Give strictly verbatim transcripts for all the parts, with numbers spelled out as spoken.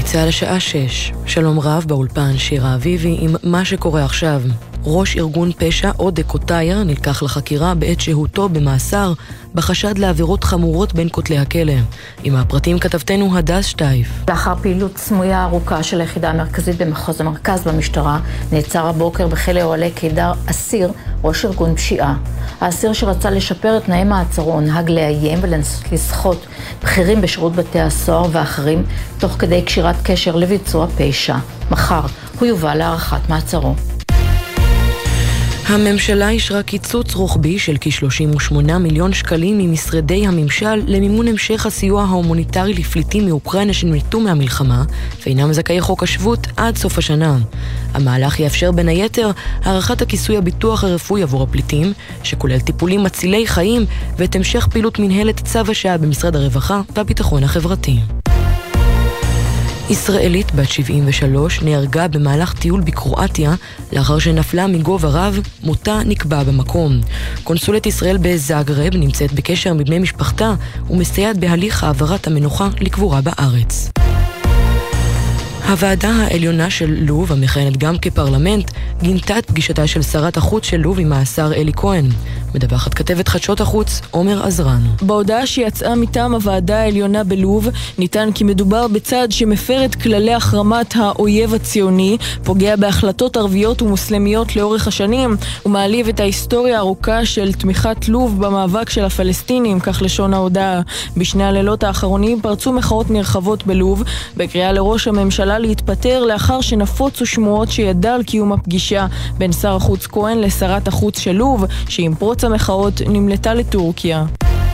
צהל השעה שש. שלום רב, באולפן שירה אביבי עם מה שקורה עכשיו. ראש ארגון פשע עודה קוטייר נלקח לחקירה בעת שהותו במאסר בחשד לעבירות חמורות בין כותלי הכלא. עם הפרטים כתבתנו הדס שטייף. לאחר פעילות סמויה ארוכה של היחידה המרכזית במחוז המרכז במשטרה, נעצר הבוקר בכלא אוהלי קידר אסיר, ראש ארגון פשיעה. האסיר שרצה לשפר את תנאי מעצרו נהג לאיים ולנסות לסחוט בכירים בשירות בתי הסוהר ואחרים תוך כדי קשירת קשר לביצוע פשע. מחר הוא יובא להארכת מעצרו. הממשלה אישרה קיצוץ רוחבי של כ-שלושים ושמונה מיליון שקלים ממשרדי הממשל למימון המשך הסיוע ההומניטרי לפליטים מאוקראינה שנמלטו מהמלחמה ואינם זכאי חוק השבות עד סוף השנה. המהלך יאפשר בין היתר הערכת הכיסוי הביטוח הרפואי עבור הפליטים, שכולל טיפולים מצילי חיים ואת המשך פעילות מנהלת צו השעה במשרד הרווחה והביטחון החברתי. ישראלית בת שבעים ושלוש נהרגה במהלך טיול בקרואטיה לאחר שנפלה מגובה רב, מותה נקבע במקום. קונסולת ישראל בזאגרב נמצאת בקשר עם בני משפחתה ומסייעת בהליך העברת המנוחה לקבורה בארץ. הוועדה העליונה של לוב, המכהנת גם כפרלמנט, גינתה את פגישתה של שרת החוץ של לוב עם השר אלי כהן. מדווחת כתבת חדשות החוץ, עומר עזרן. בהודעה שיצאה מטעם הוועדה העליונה בלוב, ניתן כי מדובר בצעד שמפר את כללי החרמת האויב הציוני, פוגע בהחלטות ערביות ומוסלמיות לאורך השנים, ומעליב את ההיסטוריה הארוכה של תמיכת לוב במאבק של הפלסטינים, כך לשון ההודעה. בשני הלילות האחרונים פרצו מחאות נרחבות בלוב, בקריאה לראש הממשלה להתפטר לאחר שנפוצו שמועות שידע על קיום הפגישה בין שר החוץ כהן לשרת החוץ של לוב, שעם פרוץ המחאות נמלטה לטורקיה.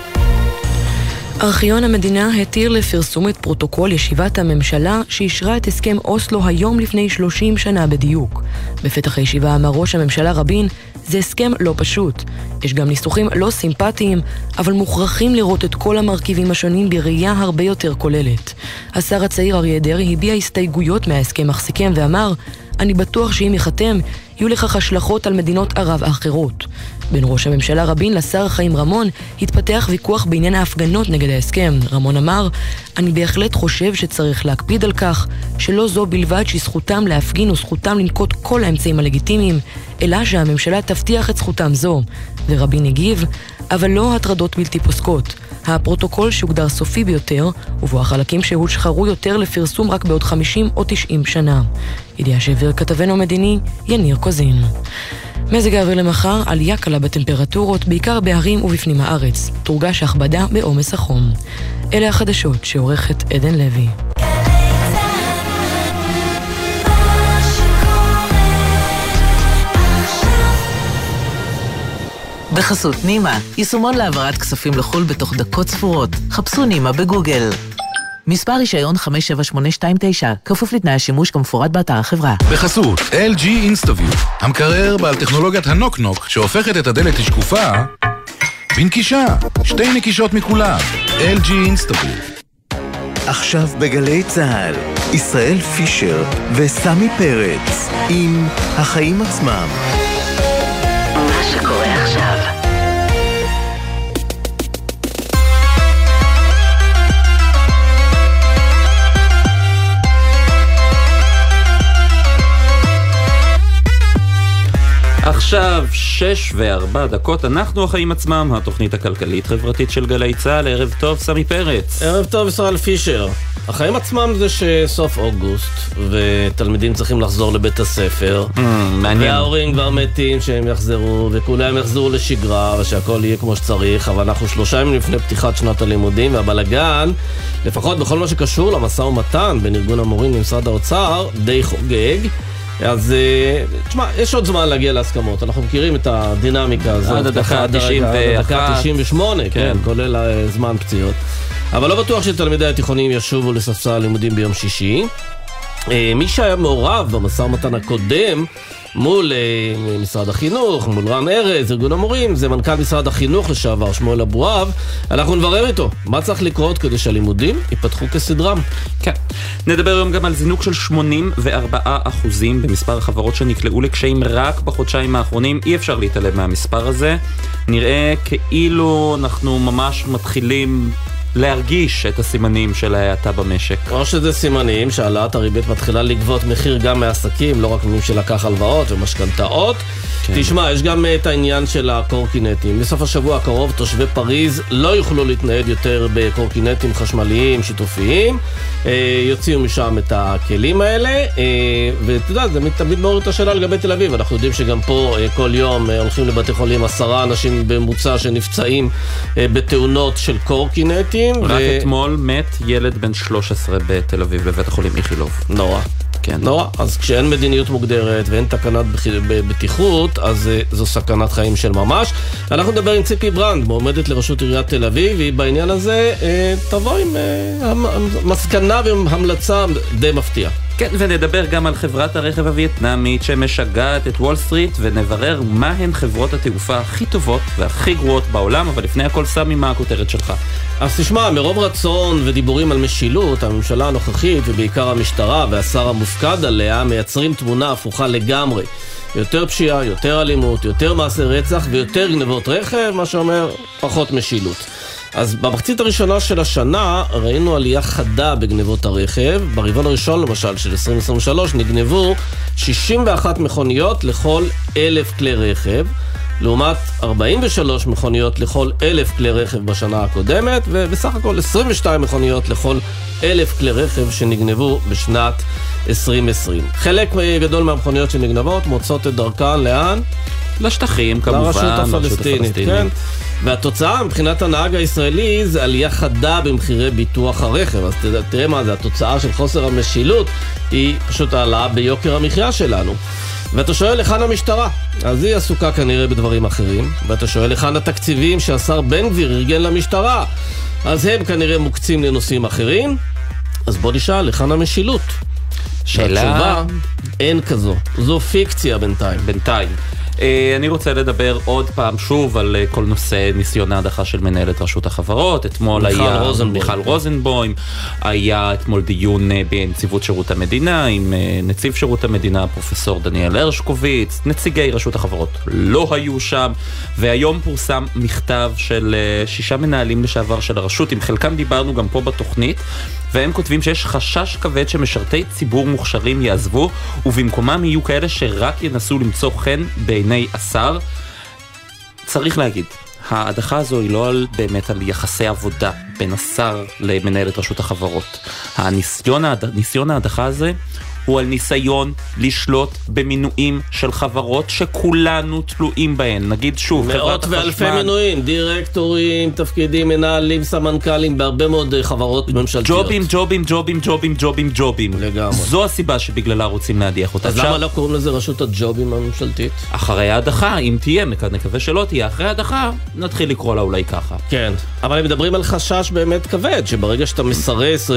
ארכיון המדינה התיר לפרסום את פרוטוקול ישיבת הממשלה שאישרה את הסכם אוסלו היום לפני שלושים שנה בדיוק. בפתח הישיבה אמר ראש הממשלה רבין, זה הסכם לא פשוט. יש גם ניסוחים לא סימפטיים, אבל מוכרחים לראות את כל המרכיבים השונים בראייה הרבה יותר כוללת. השר הצעיר אריה דרעי הביע הסתייגויות מההסכם אך סיכם ואמר, אני בטוח שאם יחתם, יהיו לכך השלכות על מדינות ערב האחרות. בין ראש הממשלה רבין לשר חיים רמון התפתח ויכוח בעניין ההפגנות נגד ההסכם. רמון אמר, אני בהחלט חושב שצריך להקפיד על כך, שלא זו בלבד שזכותם להפגין וזכותם לנקוט כל האמצעים הלגיטימיים, אלא שהממשלה תבטיח את זכותם זו. ורבין הגיב, אבל לא הטרדות בלתי פוסקות. הפרוטוקול שהוגדר סופי ביותר, ובו החלקים שהושחרו יותר לפרסום רק בעוד חמישים או תשעים שנה. ידיעה שהעביר כתבנו המדיני, יניר קוזין. מזג האוויר למחר, עלייה קלה בטמפרטורות, בעיקר בהרים ובפנים הארץ. תורגש הכבדה בעומס החום. אלה החדשות שעורכת עדן לוי. בחסות נימה, יישומון להעברת כספים לחול בתוך דקות ספורות. חפשו נימה בגוגל. מספר רישיון חמש שבע שמונה שתיים תשע, כפוף לתנאי השימוש כמפורט באתר החברה. בחסות אל ג'י אינסטוויו, המקרר בעל טכנולוגיית הנוק-נוק שהופכת את הדלת לשקופה בנקישה, שתי נקישות מכולם. אל ג'י אינסטוויו. עכשיו בגלי צהל, ישראל פישר וסמי פרץ עם החיים עצמם. מה שקורה עכשיו. עכשיו שש וארבע דקות, אנחנו החיים עצמם, התוכנית הכלכלית-חברתית של גלי צהל. ערב טוב, סמי פרץ. ערב טוב, ישראל פישר. החיים עצמם זה שסוף אוגוסט, ותלמידים צריכים לחזור לבית הספר. Mm, מעניין. וההורים כבר מתים שהם יחזרו, וכולם יחזרו לשגרה, ושהכל יהיה כמו שצריך, אבל אנחנו שלושה ימים לפני פתיחת שנת הלימודים, והבלגן, לפחות בכל מה שקשור למשא ומתן בין ארגון המורים למשרד האוצר, די חוגג. אז תשמע, יש עוד זמן להגיע להסכמות, אנחנו מכירים את הדינמיקה הזאת. עד הדקה תשעים ושמונה, כן, כולל זמן פציעות. אבל לא בטוח שתלמידי התיכונים ישובו לספסל הלימודים ביום שישי. מי שהיה מעורב במשא ומתן הקודם מול משרד החינוך, מול רן ארז, ארגון המורים, זה מנכ"ל משרד החינוך לשעבר, שמואל אבואב. אנחנו נברר איתו מה צריך לקרות כדי שהלימודים ייפתחו כסדרם. כן. נדבר היום גם על זינוק של שמונים וארבעה אחוזים במספר החברות שנקלעו לקשיים רק בחודשיים האחרונים. אי אפשר להתעלם מהמספר הזה. נראה כאילו אנחנו ממש מתחילים להרגיש את הסימנים של ההאטה במשק. או שזה סימנים שהעלאת הריבית מתחילה לגבות מחיר גם מעסקים, לא רק ממי שלקח הלוואות ומשכנתאות. כן. תשמע, יש גם את העניין של הקורקינטים. בסוף השבוע הקרוב תושבי פריז לא יוכלו להתנייד יותר בקורקינטים חשמליים, שיתופיים. יוציאו משם את הכלים האלה, ואתה יודע, זה תמיד מעורר את השאלה לגבי תל אביב. אנחנו יודעים שגם פה כל יום הולכים לבתי חולים עשרה אנשים בממוצע שנפצעים בתאונות של קורקינטים. רק ו... אתמול מת ילד בן שלוש עשרה בתל אביב בבית החולים איכילוב. נורא. כן. נורא. אז כשאין מדיניות מוגדרת ואין תקנת בטיחות, אז זו סכנת חיים של ממש. אנחנו נדבר עם ציפי ברנד, מועמדת לראשות עיריית תל אביב, והיא בעניין הזה תבוא עם מסקנה והמלצה די מפתיעה. כן, ונדבר גם על חברת הרכב הווייטנאמית שמשגעת את וול סטריט, ונברר מה הן חברות התעופה הכי טובות והכי גרועות בעולם, אבל לפני הכל סמי, מה הכותרת שלך? אז תשמע, מרוב רצון ודיבורים על משילות, הממשלה הנוכחית ובעיקר המשטרה והשר המופקד עליה מייצרים תמונה הפוכה לגמרי. יותר פשיעה, יותר אלימות, יותר מעשי רצח ויותר גנבות רכב, מה שאומר פחות משילות. אז במחצית הראשונה של השנה ראינו עלייה חדה בגנבות הרכב. ברבעון הראשון למשל של עשרים עשרים ושלוש נגנבו שישים ואחת מכוניות לכל אלף כלי רכב, לעומת ארבעים ושלוש מכוניות לכל אלף כלי רכב בשנה הקודמת, ובסך הכל עשרים ושתיים מכוניות לכל אלף כלי רכב שנגנבו בשנת עשרים עשרים. חלק גדול מהמכוניות שנגנבות מוצאות את דרכן לאן? לשטחים כמובן, לרשות הפלסטינית, כן. והתוצאה מבחינת הנהג הישראלי זה עלייה חדה במחירי ביטוח הרכב. אז תראה, תראה מה זה, התוצאה של חוסר המשילות היא פשוט העלאה ביוקר המחיה שלנו. ואתה שואל לכאן המשטרה, אז היא עסוקה כנראה בדברים אחרים. ואתה שואל לכאן התקציבים שהשר בן גביר ארגן למשטרה, אז הם כנראה מוקצים לנושאים אחרים. אז בוא נשאל לכאן המשילות. שאלה... התשובה אין כזו, זו פיקציה בינתיים. בינתיים. אני רוצה לדבר עוד פעם שוב על כל נושא ניסיון ההדחה של מנהלת רשות החברות. אתמול היה רוזנבוים. מיכל רוזנבוים, היה אתמול דיון בנציבות שירות המדינה עם נציב שירות המדינה פרופסור דניאל הרשקוביץ. נציגי רשות החברות לא היו שם, והיום פורסם מכתב של שישה מנהלים לשעבר של הרשות, עם חלקם דיברנו גם פה בתוכנית, והם כותבים שיש חשש כבד שמשרתי ציבור מוכשרים יעזבו, ובמקומם יהיו כאלה שרק ינסו למצוא חן בעיני השר. צריך להגיד, ההדחה הזו היא לא על, באמת על יחסי עבודה בין השר למנהלת רשות החברות. הניסיון, ניסיון ההדחה הזה הוא על ניסיון לשלוט במינויים של חברות שכולנו תלויים בהן. נגיד שוב, מאות ואלפי מינויים, דירקטורים, תפקידים, מנהלים, סמנכ"לים, בהרבה מאוד חברות ממשלתיות. ג'ובים, ג'ובים, ג'ובים, ג'ובים, ג'ובים, ג'ובים. לגמרי. זו הסיבה שבגללה רוצים להדיח אותה. אז למה לא קוראים לזה רשות הג'ובים הממשלתית? אחרי ההדחה, אם תהיה, נקווה שלא תהיה, אחרי ההדחה, נתחיל לקרוא לה אולי ככה. כן, אבל הם מדברים על חשש באמת כבד, שברגע שאתה מסרס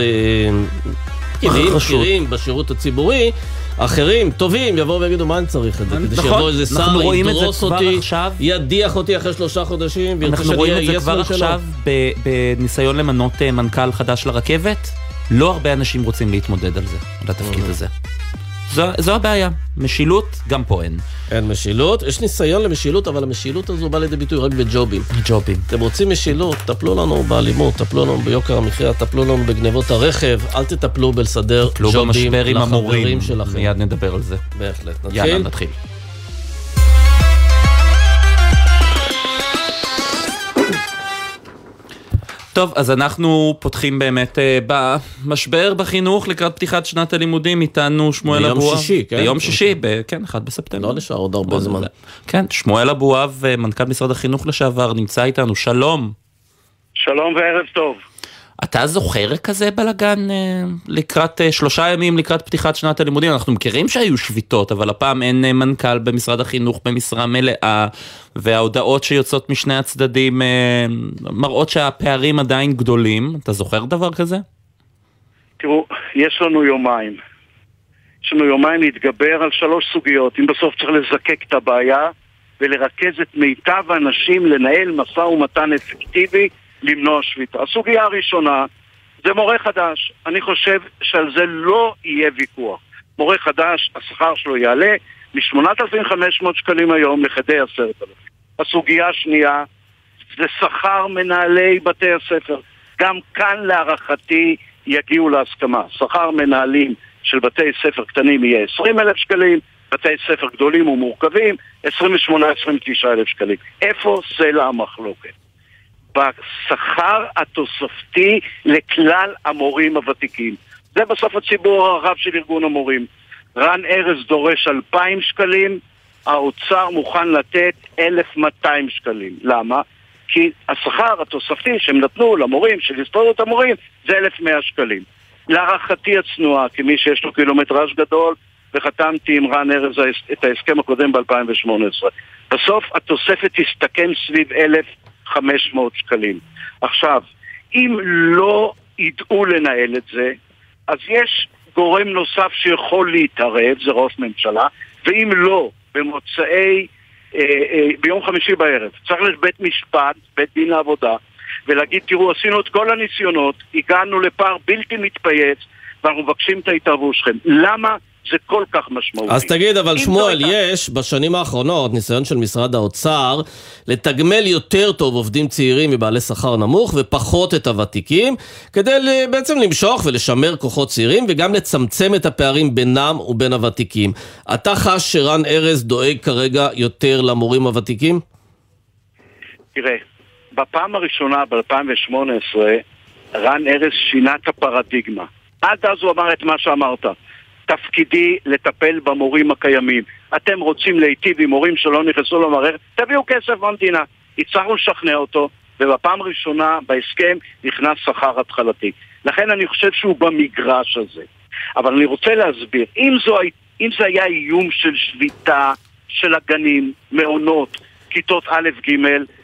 פקידים בכירים בשירות הציבורי, אחרים, טובים, יבואו ויגידו מה אני צריך את זה, כדי שיבוא איזה שר, ידרוס אותי, ידיח אותי אחרי שלושה חודשים, אנחנו רואים את זה כבר עכשיו בניסיון למנות מנכ"ל חדש לרכבת. לא הרבה אנשים רוצים להתמודד על זה, על התפקיד הזה. זו, זו הבעיה. משילות, גם פה אין. אין משילות. יש ניסיון למשילות, אבל המשילות הזו באה לידי ביטוי רק בג'ובים. ג'ובים. אתם רוצים משילות, טפלו לנו באלימות, טפלו לנו ביוקר המחיה, טפלו לנו בגנבות הרכב, אל תטפלו בלסדר ג'ובים לחברים שלכם. מיד נדבר על זה. בהחלט. נתחיל? יאללה, נתחיל. טוב, אז אנחנו פותחים באמת uh, במשבר בחינוך לקראת פתיחת שנת הלימודים. איתנו שמואל אבואב. ביום שישי, כן? ביום שישי, ב- כן, אחד בספטמבר. לא נשאר עוד הרבה זמן. כן, שמואל אבואב, מנכ"ל משרד החינוך לשעבר, נמצא איתנו. שלום. שלום וערב טוב. אתה זוכר כזה בלגן uh, לקראת uh, שלושה ימים לקראת פתיחת שנת הלימודים? אנחנו מכירים שהיו שביתות, אבל הפעם אין uh, מנכ"ל במשרד החינוך במשרה מלאה, וההודעות שיוצאות משני הצדדים uh, מראות שהפערים עדיין גדולים. אתה זוכר דבר כזה? תראו, יש לנו יומיים. יש לנו יומיים להתגבר על שלוש סוגיות. אם בסוף צריך לזקק את הבעיה ולרכז את מיטב האנשים לנהל משא ומתן אפקטיבי למנוע שביתה. הסוגיה הראשונה זה מורה חדש. אני חושב שעל זה לא יהיה ויכוח. מורה חדש, השכר שלו יעלה מ-שמונת אלפים וחמש מאות שקלים היום לכדי עשרת אלפים. הסוגיה השנייה זה שכר מנהלי בתי הספר. גם כאן להערכתי יגיעו להסכמה. שכר מנהלים של בתי ספר קטנים יהיה עשרים אלף שקלים, בתי ספר גדולים ומורכבים עשרים ושמונה עד עשרים ותשעה אלף שקלים. איפה סלע המחלוקת? בשכר התוספתי לכלל המורים הוותיקים. זה בסוף הציבור הרחב של ארגון המורים. רן ארז דורש אלפיים שקלים, האוצר מוכן לתת אלף ומאתיים שקלים. למה? כי השכר התוספתי שהם נתנו למורים, של הסתדרות המורים, זה אלף ומאה שקלים. להערכתי הצנועה, כמי שיש לו קילומטראז' גדול, וחתמתי עם רן ארז את ההסכם הקודם ב-אלפיים ושמונה עשרה. בסוף התוספת תסתכם סביב אלף וחמש מאות שקלים. עכשיו, אם לא ידעו לנהל את זה, אז יש גורם נוסף שיכול להתערב, זה ראש ממשלה, ואם לא, במוצאי, אה, אה, ביום חמישי בערב, צריך לבית משפט, בית דין לעבודה, ולהגיד, תראו, עשינו את כל הניסיונות, הגענו לפער בלתי מתפייץ, ואנחנו מבקשים את ההתערבות שלכם. למה זה כל כך משמעותי? אז תגיד, אבל שמואל, יש בשנים האחרונות ניסיון של משרד האוצר לתגמל יותר טוב עובדים צעירים מבעלי שכר נמוך ופחות את הוותיקים, כדי בעצם למשוך ולשמר כוחות צעירים וגם לצמצם את הפערים בינם ובין הוותיקים. אתה חש שרן ארז דואג כרגע יותר למורים הוותיקים? תראה, בפעם הראשונה ב-אלפיים ושמונה עשרה רן ארז שינה את הפרדיגמה. עד אז הוא אמר את מה שאמרת. תפקידי לטפל במורים הקיימים. אתם רוצים להיטיב עם מורים שלא נכנסו למערכת, תביאו כסף מהמדינה. הצלחנו לשכנע אותו, ובפעם הראשונה בהסכם נכנס שכר התחלתי. לכן אני חושב שהוא במגרש הזה. אבל אני רוצה להסביר, אם, זו, אם זה היה איום של שביתה, של הגנים, מעונות, כיתות א' ג',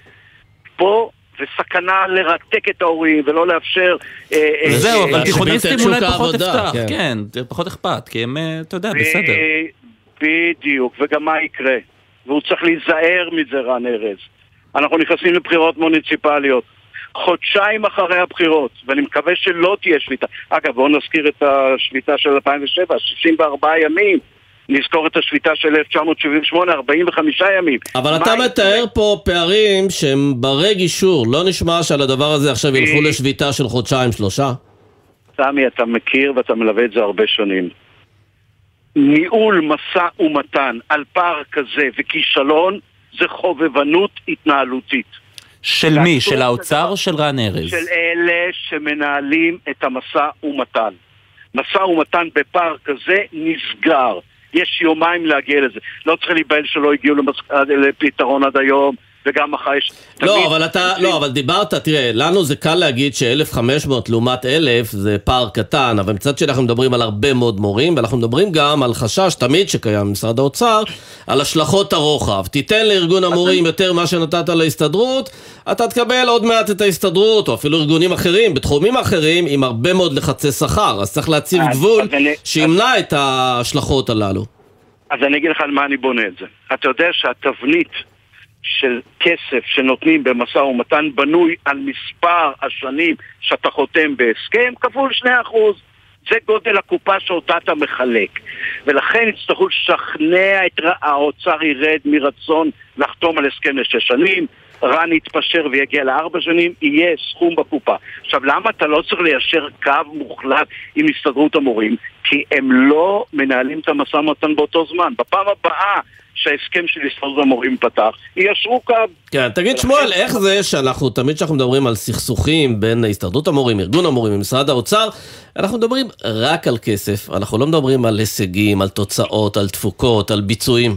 פה וסכנה לרתק את ההורים ולא לאפשר... זהו, אבל תיכוניסטים אולי פחות אכפת, כן, פחות אכפת, כי הם, אתה יודע, בסדר. בדיוק, וגם מה יקרה? והוא צריך להיזהר מזה, רן ארז. אנחנו נכנסים לבחירות מוניציפליות, חודשיים אחרי הבחירות, ואני מקווה שלא תהיה שביתה. אגב, בואו נזכיר את השביתה של אלפיים ושבע, שישים וארבעה ימים. נזכור את השביתה של אלף תשע מאות שבעים ושמונה, ארבעים וחמישה ימים. אבל אתה מתאר פה פערים שהם ברג אישור. לא נשמע שעל הדבר הזה עכשיו ילכו לשביתה של חודשיים, שלושה? סמי, אתה מכיר ואתה מלווה את זה הרבה שנים. ניהול מסע ומתן על פער כזה וכישלון זה חובבנות התנהלותית. של מי? של האוצר או של רן ארז? של אלה שמנהלים את המסע ומתן. מסע ומתן בפער כזה נסגר. יש יומיים להגיע לזה. לא צריך להיבהל שלא הגיעו לפתרון עד היום, וגם מחר יש... לא, אבל אתה, לא, אבל דיברת, תראה, לנו זה קל להגיד ש-אלף וחמש מאות לעומת אלף זה פער קטן, אבל מצד שאנחנו מדברים על הרבה מאוד מורים, ואנחנו מדברים גם על חשש תמיד שקיים במשרד האוצר, על השלכות הרוחב. תיתן לארגון המורים יותר מה שנתת להסתדרות, אתה תקבל עוד מעט את ההסתדרות, או אפילו ארגונים אחרים, בתחומים אחרים, עם הרבה מאוד לחצי שכר, אז צריך להציב גבול שימנע את ההשלכות הללו. אז אני אגיד לך על מה אני בונה את זה. אתה יודע שהתבנית של כסף שנותנים במשא ומתן בנוי על מספר השנים שאתה חותם בהסכם כפול שני אחוז. זה גודל הקופה שאותה אתה מחלק, ולכן יצטרכו לשכנע את האוצר ירד מרצון לחתום על הסכם לשש שנים, רן יתפשר ויגיע לארבע שנים, יהיה סכום בקופה. עכשיו, למה אתה לא צריך ליישר קו מוחלט עם הסתדרות המורים? כי הם לא מנהלים את המשא ומתן באותו זמן. בפעם הבאה שההסכם של הסתדרות המורים פתח, יישרו קו. כן, תגיד שמואל, איך זה שאנחנו, תמיד שאנחנו מדברים על סכסוכים בין הסתדרות המורים, ארגון המורים ומשרד האוצר, אנחנו מדברים רק על כסף, אנחנו לא מדברים על הישגים, על תוצאות, על תפוקות, על ביצועים.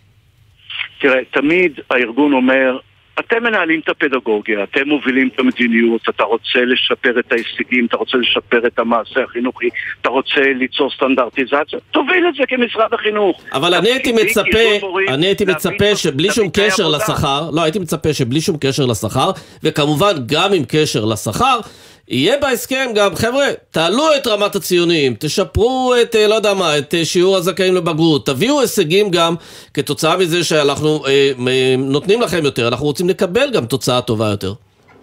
תראה, תמיד הארגון אומר, אתם מנהלים את הפדגוגיה, אתם מובילים את המדיניות, אתה רוצה לשפר את ההישגים, אתה רוצה לשפר את המעשה החינוכי, אתה רוצה ליצור סטנדרטיזציה, תוביל את זה כמשרד החינוך. אבל אני הייתי מצפה, אני הייתי מצפה שבלי שום קשר לשכר, לא, הייתי מצפה שבלי שום קשר לשכר, וכמובן גם עם קשר לשכר, יהיה בהסכם גם, חבר'ה, תעלו את רמת הציונים, תשפרו את, לא יודע מה, את שיעור הזכאים לבגרות, תביאו הישגים גם כתוצאה מזה שאנחנו אה, נותנים לכם יותר, אנחנו רוצים לקבל גם תוצאה טובה יותר.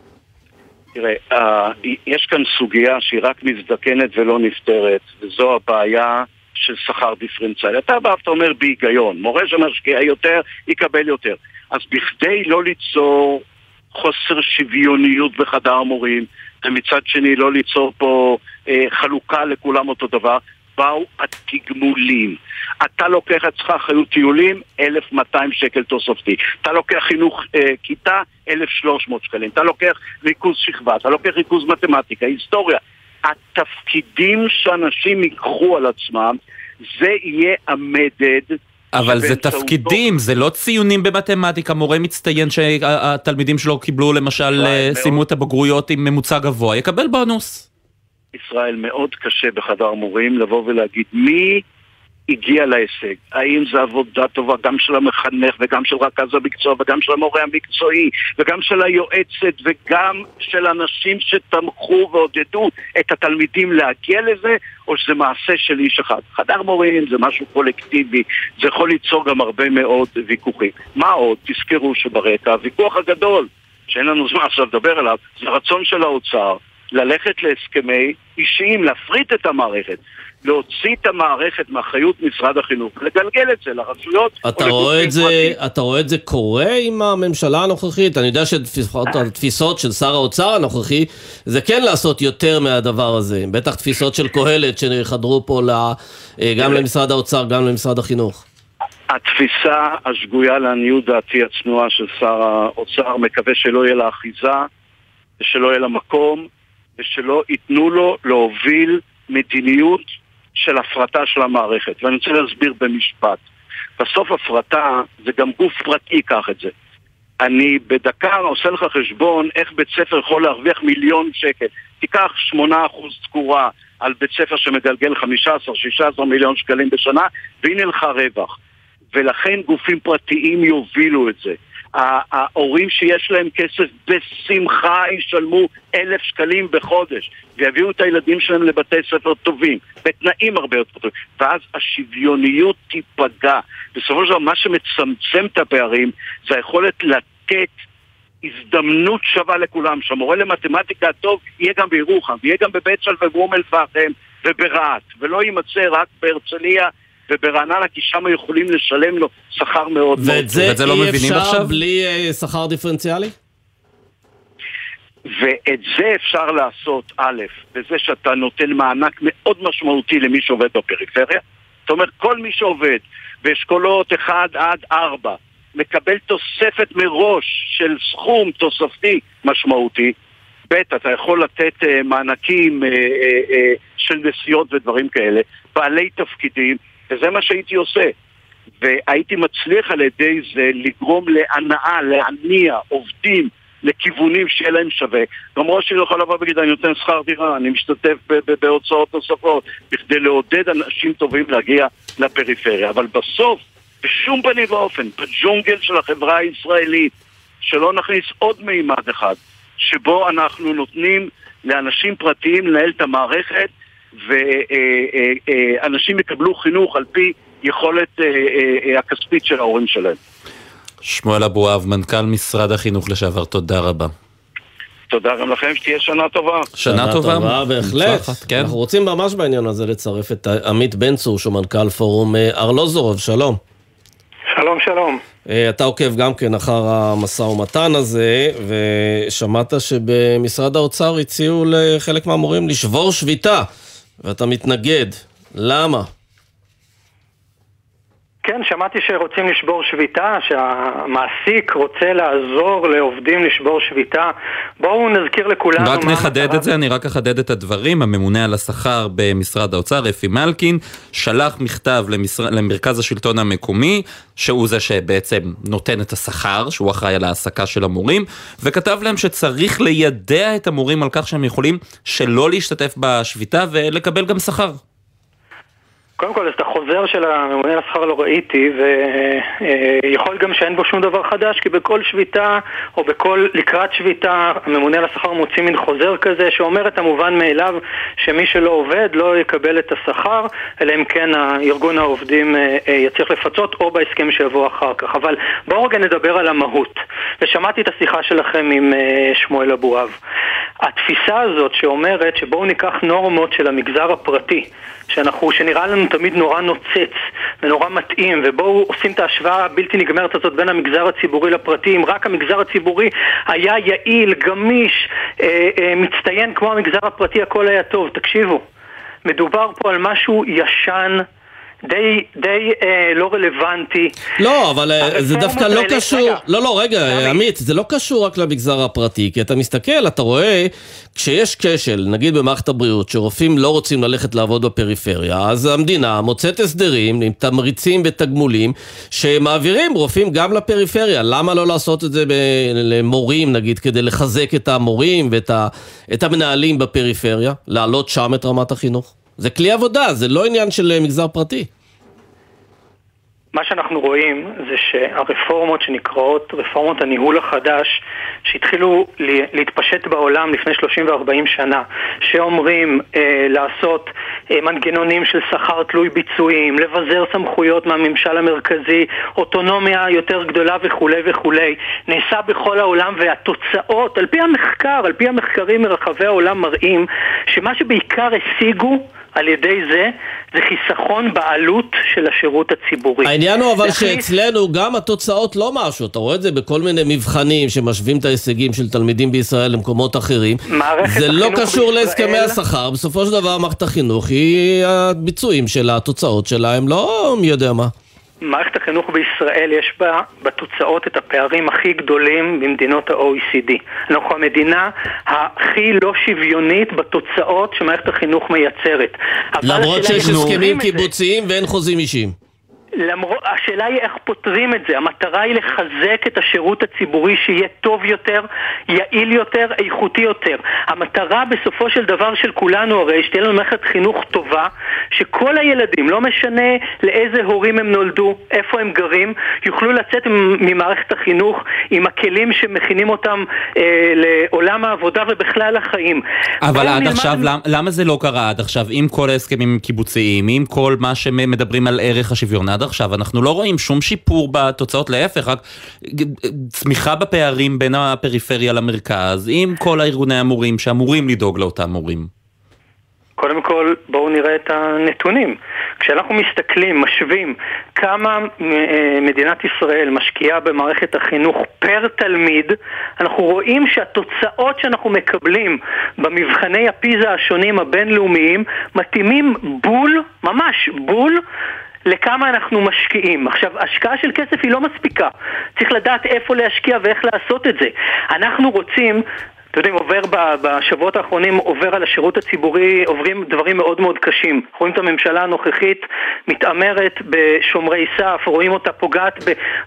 תראה, אה, יש כאן סוגיה שהיא רק מזדקנת ולא נפתרת, וזו הבעיה של שכר דיפרנציאלי. אתה בא ואתה אומר בהיגיון, מורה שמשקיע יותר, יקבל יותר. אז בכדי לא ליצור חוסר שוויוניות בחדר המורים, ומצד שני לא ליצור פה אה, חלוקה לכולם אותו דבר. באו התגמולים. אתה לוקח את שכר אחריות טיולים, אלף ומאתיים שקל תוספתי. אתה לוקח חינוך אה, כיתה, אלף ושלוש מאות שקלים. אתה לוקח ריכוז שכבה, אתה לוקח ריכוז מתמטיקה, היסטוריה. התפקידים שאנשים ייקחו על עצמם, זה יהיה המדד. אבל זה תפקידים, זה לא ציונים במתמטיקה. מורה מצטיין שהתלמידים שלו קיבלו למשל, סיימו את הבגרויות עם ממוצע גבוה, יקבל בונוס. ישראל מאוד קשה בחדר מורים לבוא ולהגיד מי הגיע להישג. האם זה עבודה טובה גם של המחנך וגם של רכז המקצוע וגם של המורה המקצועי וגם של היועצת וגם של אנשים שתמכו ועודדו את התלמידים להגיע לזה, או שזה מעשה של איש אחד. חדר מורים זה משהו קולקטיבי, זה יכול ליצור גם הרבה מאוד ויכוחים. מה עוד? תזכרו שברקע הוויכוח הגדול שאין לנו זמן עכשיו לדבר עליו, זה רצון של האוצר ללכת להסכמי אישיים, להפריט את המערכת, להוציא את המערכת מאחריות משרד החינוך, לגלגל את זה לרשויות. אתה רואה את זה, אתה רואה את זה קורה עם הממשלה הנוכחית? אני יודע שהתפיסות של שר האוצר הנוכחי, זה כן לעשות יותר מהדבר הזה. בטח תפיסות של קהלת שחדרו פה גם למשרד האוצר, גם למשרד החינוך. התפיסה השגויה לעניות דעתי הצנועה של שר האוצר, מקווה שלא יהיה לה אחיזה, ושלא יהיה לה מקום, ושלא ייתנו לו להוביל מדיניות של הפרטה של המערכת. ואני רוצה להסביר במשפט. בסוף הפרטה זה גם גוף פרטי ייקח את זה. אני בדקה עושה לך חשבון איך בית ספר יכול להרוויח מיליון שקל. תיקח שמונה אחוז תקורה על בית ספר שמגלגל חמישה עשר שישה עשר מיליון שקלים בשנה, והנה לך רווח. ולכן גופים פרטיים יובילו את זה. ההורים שיש להם כסף בשמחה ישלמו אלף שקלים בחודש ויביאו את הילדים שלהם לבתי ספר טובים בתנאים הרבה יותר טובים, ואז השוויוניות תיפגע. בסופו של דבר מה שמצמצם את הפערים זה היכולת לתת הזדמנות שווה לכולם, שהמורה למתמטיקה טוב יהיה גם בירוחם ויהיה גם בבית של ובאום אל פחם וברעת, ולא יימצא רק בהרצליה וברעננה, כי שם יכולים לשלם לו שכר מאוד מאוד. ואת זה לא מבינים עכשיו? בלי שכר דיפרנציאלי? ואת זה אפשר לעשות, א', בזה שאתה נותן מענק מאוד משמעותי למי שעובד בפריפריה. זאת אומרת, כל מי שעובד באשכולות אחד עד ארבע מקבל תוספת מראש של סכום תוספתי משמעותי. ב', אתה יכול לתת uh, מענקים uh, uh, uh, של נסיעות ודברים כאלה, בעלי תפקידים, וזה מה שהייתי עושה. והייתי מצליח על ידי זה לגרום להנאה, להניע עובדים לכיוונים שיהיה להם שווה. גם ראש שלי יכול לבוא בגיד, אני נותן שכר דירה, אני משתתף בהוצאות נוספות, בכדי לעודד אנשים טובים להגיע לפריפריה. אבל בסוף, בשום פנים ואופן, בג'ונגל של החברה הישראלית, שלא נכניס עוד מימד אחד, שבו אנחנו נותנים לאנשים פרטיים לנהל את המערכת, ואנשים יקבלו חינוך על פי יכולת הכספית של ההורים שלהם. שמואל אבואב, מנכ"ל משרד החינוך לשעבר, תודה רבה. תודה גם לכם, שתהיה שנה טובה. שנה טובה, בהחלט. אנחנו רוצים ממש בעניין הזה לצרף את עמית בן צור, שהוא מנכ"ל פורום ארלוזורוב. שלום. שלום, שלום. אתה עוקב גם כן אחר המשא ומתן הזה, ושמעת שבמשרד האוצר הציעו לחלק מהמורים לשבור שביתה, ואתה מתנגד. למה? כן, שמעתי שרוצים לשבור שביתה, שהמעסיק רוצה לעזור לעובדים לשבור שביתה. בואו נזכיר לכולנו... רק נחדד את זה, אני רק אחדד את הדברים. הממונה על השכר במשרד האוצר, אפי מלכין, שלח מכתב למשר... למרכז השלטון המקומי, שהוא זה שבעצם נותן את השכר, שהוא אחראי על העסקה של המורים, וכתב להם שצריך לידע את המורים על כך שהם יכולים שלא להשתתף בשביתה ולקבל גם שכר. קודם כל, את החוזר של הממונה על השכר לא ראיתי, ויכול גם שאין בו שום דבר חדש, כי בכל שביתה, או בכל לקראת שביתה, הממונה על השכר מוציא מן חוזר כזה, שאומר את המובן מאליו, שמי שלא עובד לא יקבל את השכר, אלא אם כן הארגון העובדים יצליח לפצות, או בהסכם שיבוא אחר כך. אבל בואו רגע נדבר על המהות. ושמעתי את השיחה שלכם עם שמואל אבואב. התפיסה הזאת שאומרת שבואו ניקח נורמות של המגזר הפרטי, שאנחנו, שנראה לנו תמיד נורא נוצץ ונורא מתאים, ובואו עושים את ההשוואה הבלתי נגמרת הזאת בין המגזר הציבורי לפרטי. אם רק המגזר הציבורי היה יעיל, גמיש, אה, אה, מצטיין כמו המגזר הפרטי, הכל היה טוב. תקשיבו, מדובר פה על משהו ישן, די, די אה, לא רלוונטי. לא, אבל זה דווקא לא קשור. רגע. לא, לא, רגע, עמית, זה לא קשור רק למגזר הפרטי, כי אתה מסתכל, אתה רואה, כשיש כשל, נגיד במערכת הבריאות, שרופאים לא רוצים ללכת לעבוד בפריפריה, אז המדינה מוצאת הסדרים עם תמריצים ותגמולים, שמעבירים רופאים גם לפריפריה. למה לא לעשות את זה ב- למורים, נגיד, כדי לחזק את המורים ואת ה- את המנהלים בפריפריה, להעלות שם את רמת החינוך? זה כלי עבודה, זה לא עניין של מגזר פרטי. מה שאנחנו רואים זה שהרפורמות שנקראות רפורמות הניהול החדש, שהתחילו להתפשט בעולם לפני שלושים וארבעים שנה, שאומרים אה, לעשות אה, מנגנונים של שכר תלוי ביצועים, לבזר סמכויות מהממשל המרכזי, אוטונומיה יותר גדולה וכו' וכו', נעשה בכל העולם, והתוצאות, על פי המחקר, על פי המחקרים מרחבי העולם מראים, שמה שבעיקר השיגו על ידי זה, זה חיסכון בעלות של השירות הציבורי. העניין הוא אבל שאצלנו גם התוצאות לא משהו, אתה רואה את זה בכל מיני מבחנים שמשווים את ההישגים של תלמידים בישראל למקומות אחרים. זה לא קשור להסכמי השכר, בסופו של דבר מערכת החינוך היא הביצועים של התוצאות שלה, הם לא מי יודע מה. מערכת החינוך בישראל יש בה בתוצאות את הפערים הכי גדולים במדינות ה-או אי סי די. אנחנו המדינה הכי לא שוויונית בתוצאות שמערכת החינוך מייצרת. למרות שיש הסכמים קיבוציים ואין חוזים אישיים. למרות, השאלה היא איך פותרים את זה. המטרה היא לחזק את השירות הציבורי שיהיה טוב יותר, יעיל יותר, איכותי יותר. המטרה בסופו של דבר של כולנו הרי שתהיה לנו מערכת חינוך טובה, שכל הילדים, לא משנה לאיזה הורים הם נולדו, איפה הם גרים, יוכלו לצאת ממערכת החינוך עם הכלים שמכינים אותם אה, לעולם העבודה ובכלל החיים. אבל עד עכשיו, מ... למה, למה זה לא קרה עד עכשיו? עם כל ההסכמים קיבוציים, עם כל מה שמדברים על ערך השוויון, עד עכשיו אנחנו לא רואים שום שיפור בתוצאות, להפך, רק צמיחה בפערים בין הפריפריה למרכז, עם כל הארגוני המורים שאמורים לדאוג לאותם מורים. קודם כל, בואו נראה את הנתונים. כשאנחנו מסתכלים, משווים כמה מדינת ישראל משקיעה במערכת החינוך פר תלמיד, אנחנו רואים שהתוצאות שאנחנו מקבלים במבחני הפיזה השונים הבינלאומיים מתאימים בול, ממש בול, לכמה אנחנו משקיעים. עכשיו, השקעה של כסף היא לא מספיקה. צריך לדעת איפה להשקיע ואיך לעשות את זה. אנחנו רוצים, אתם יודעים, עובר בשבועות האחרונים, עובר על השירות הציבורי, עוברים דברים מאוד מאוד קשים. רואים את הממשלה הנוכחית מתאמרת בשומרי סף, רואים אותה פוגעת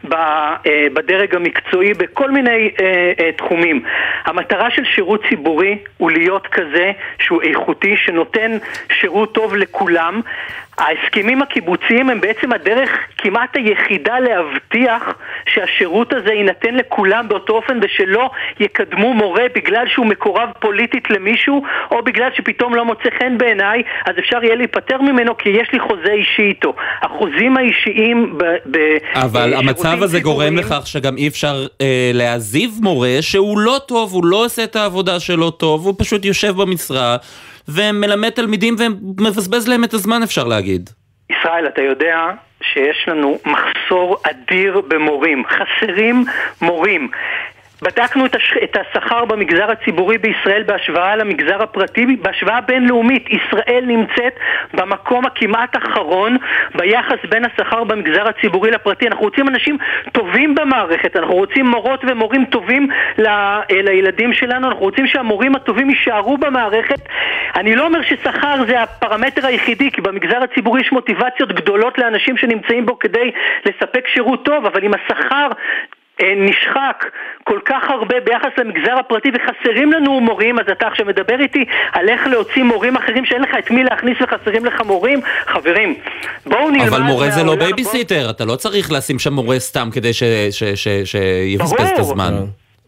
בדרג המקצועי, בכל מיני תחומים. המטרה של שירות ציבורי הוא להיות כזה שהוא איכותי, שנותן שירות טוב לכולם. ההסכמים הקיבוציים הם בעצם הדרך כמעט היחידה להבטיח שהשירות הזה יינתן לכולם באותו אופן, ושלא יקדמו מורה בגלל שהוא מקורב פוליטית למישהו, או בגלל שפתאום לא מוצא חן בעיניי, אז אפשר יהיה להיפטר ממנו כי יש לי חוזה אישי איתו. החוזים האישיים ב- ב- אבל המצב הזה גורם לכך שגם אי אפשר אה, להזיב מורה שהוא לא טוב, הוא לא עושה את העבודה שלו טוב, הוא פשוט יושב במשרה ומלמד תלמידים ומבזבז להם את הזמן, אפשר להגיד. ישראל, אתה יודע שיש לנו מחסור אדיר במורים, חסרים מורים. בדקנו את, הש... את השכר במגזר הציבורי בישראל בהשוואה למגזר הפרטי, בהשוואה בינלאומית. ישראל נמצאת במקום הכמעט אחרון ביחס בין השכר במגזר הציבורי לפרטי. אנחנו רוצים אנשים טובים במערכת, אנחנו רוצים מורות ומורים טובים ל... לילדים שלנו, אנחנו רוצים שהמורים הטובים יישארו במערכת. אני לא אומר ששכר זה הפרמטר היחידי, כי במגזר הציבורי יש מוטיבציות גדולות לאנשים שנמצאים בו כדי לספק שירות טוב, אבל אם השכר נשחק כל כך הרבה ביחס למגזר הפרטי וחסרים לנו מורים, אז אתה עכשיו מדבר איתי על איך להוציא מורים אחרים שאין לך את מי להכניס וחסרים לך מורים. חברים, בואו נלמד. אבל מורה זה לא בייביסיטר, אתה לא צריך לשים שם מורה סתם כדי שיבזבז את הזמן. ברור,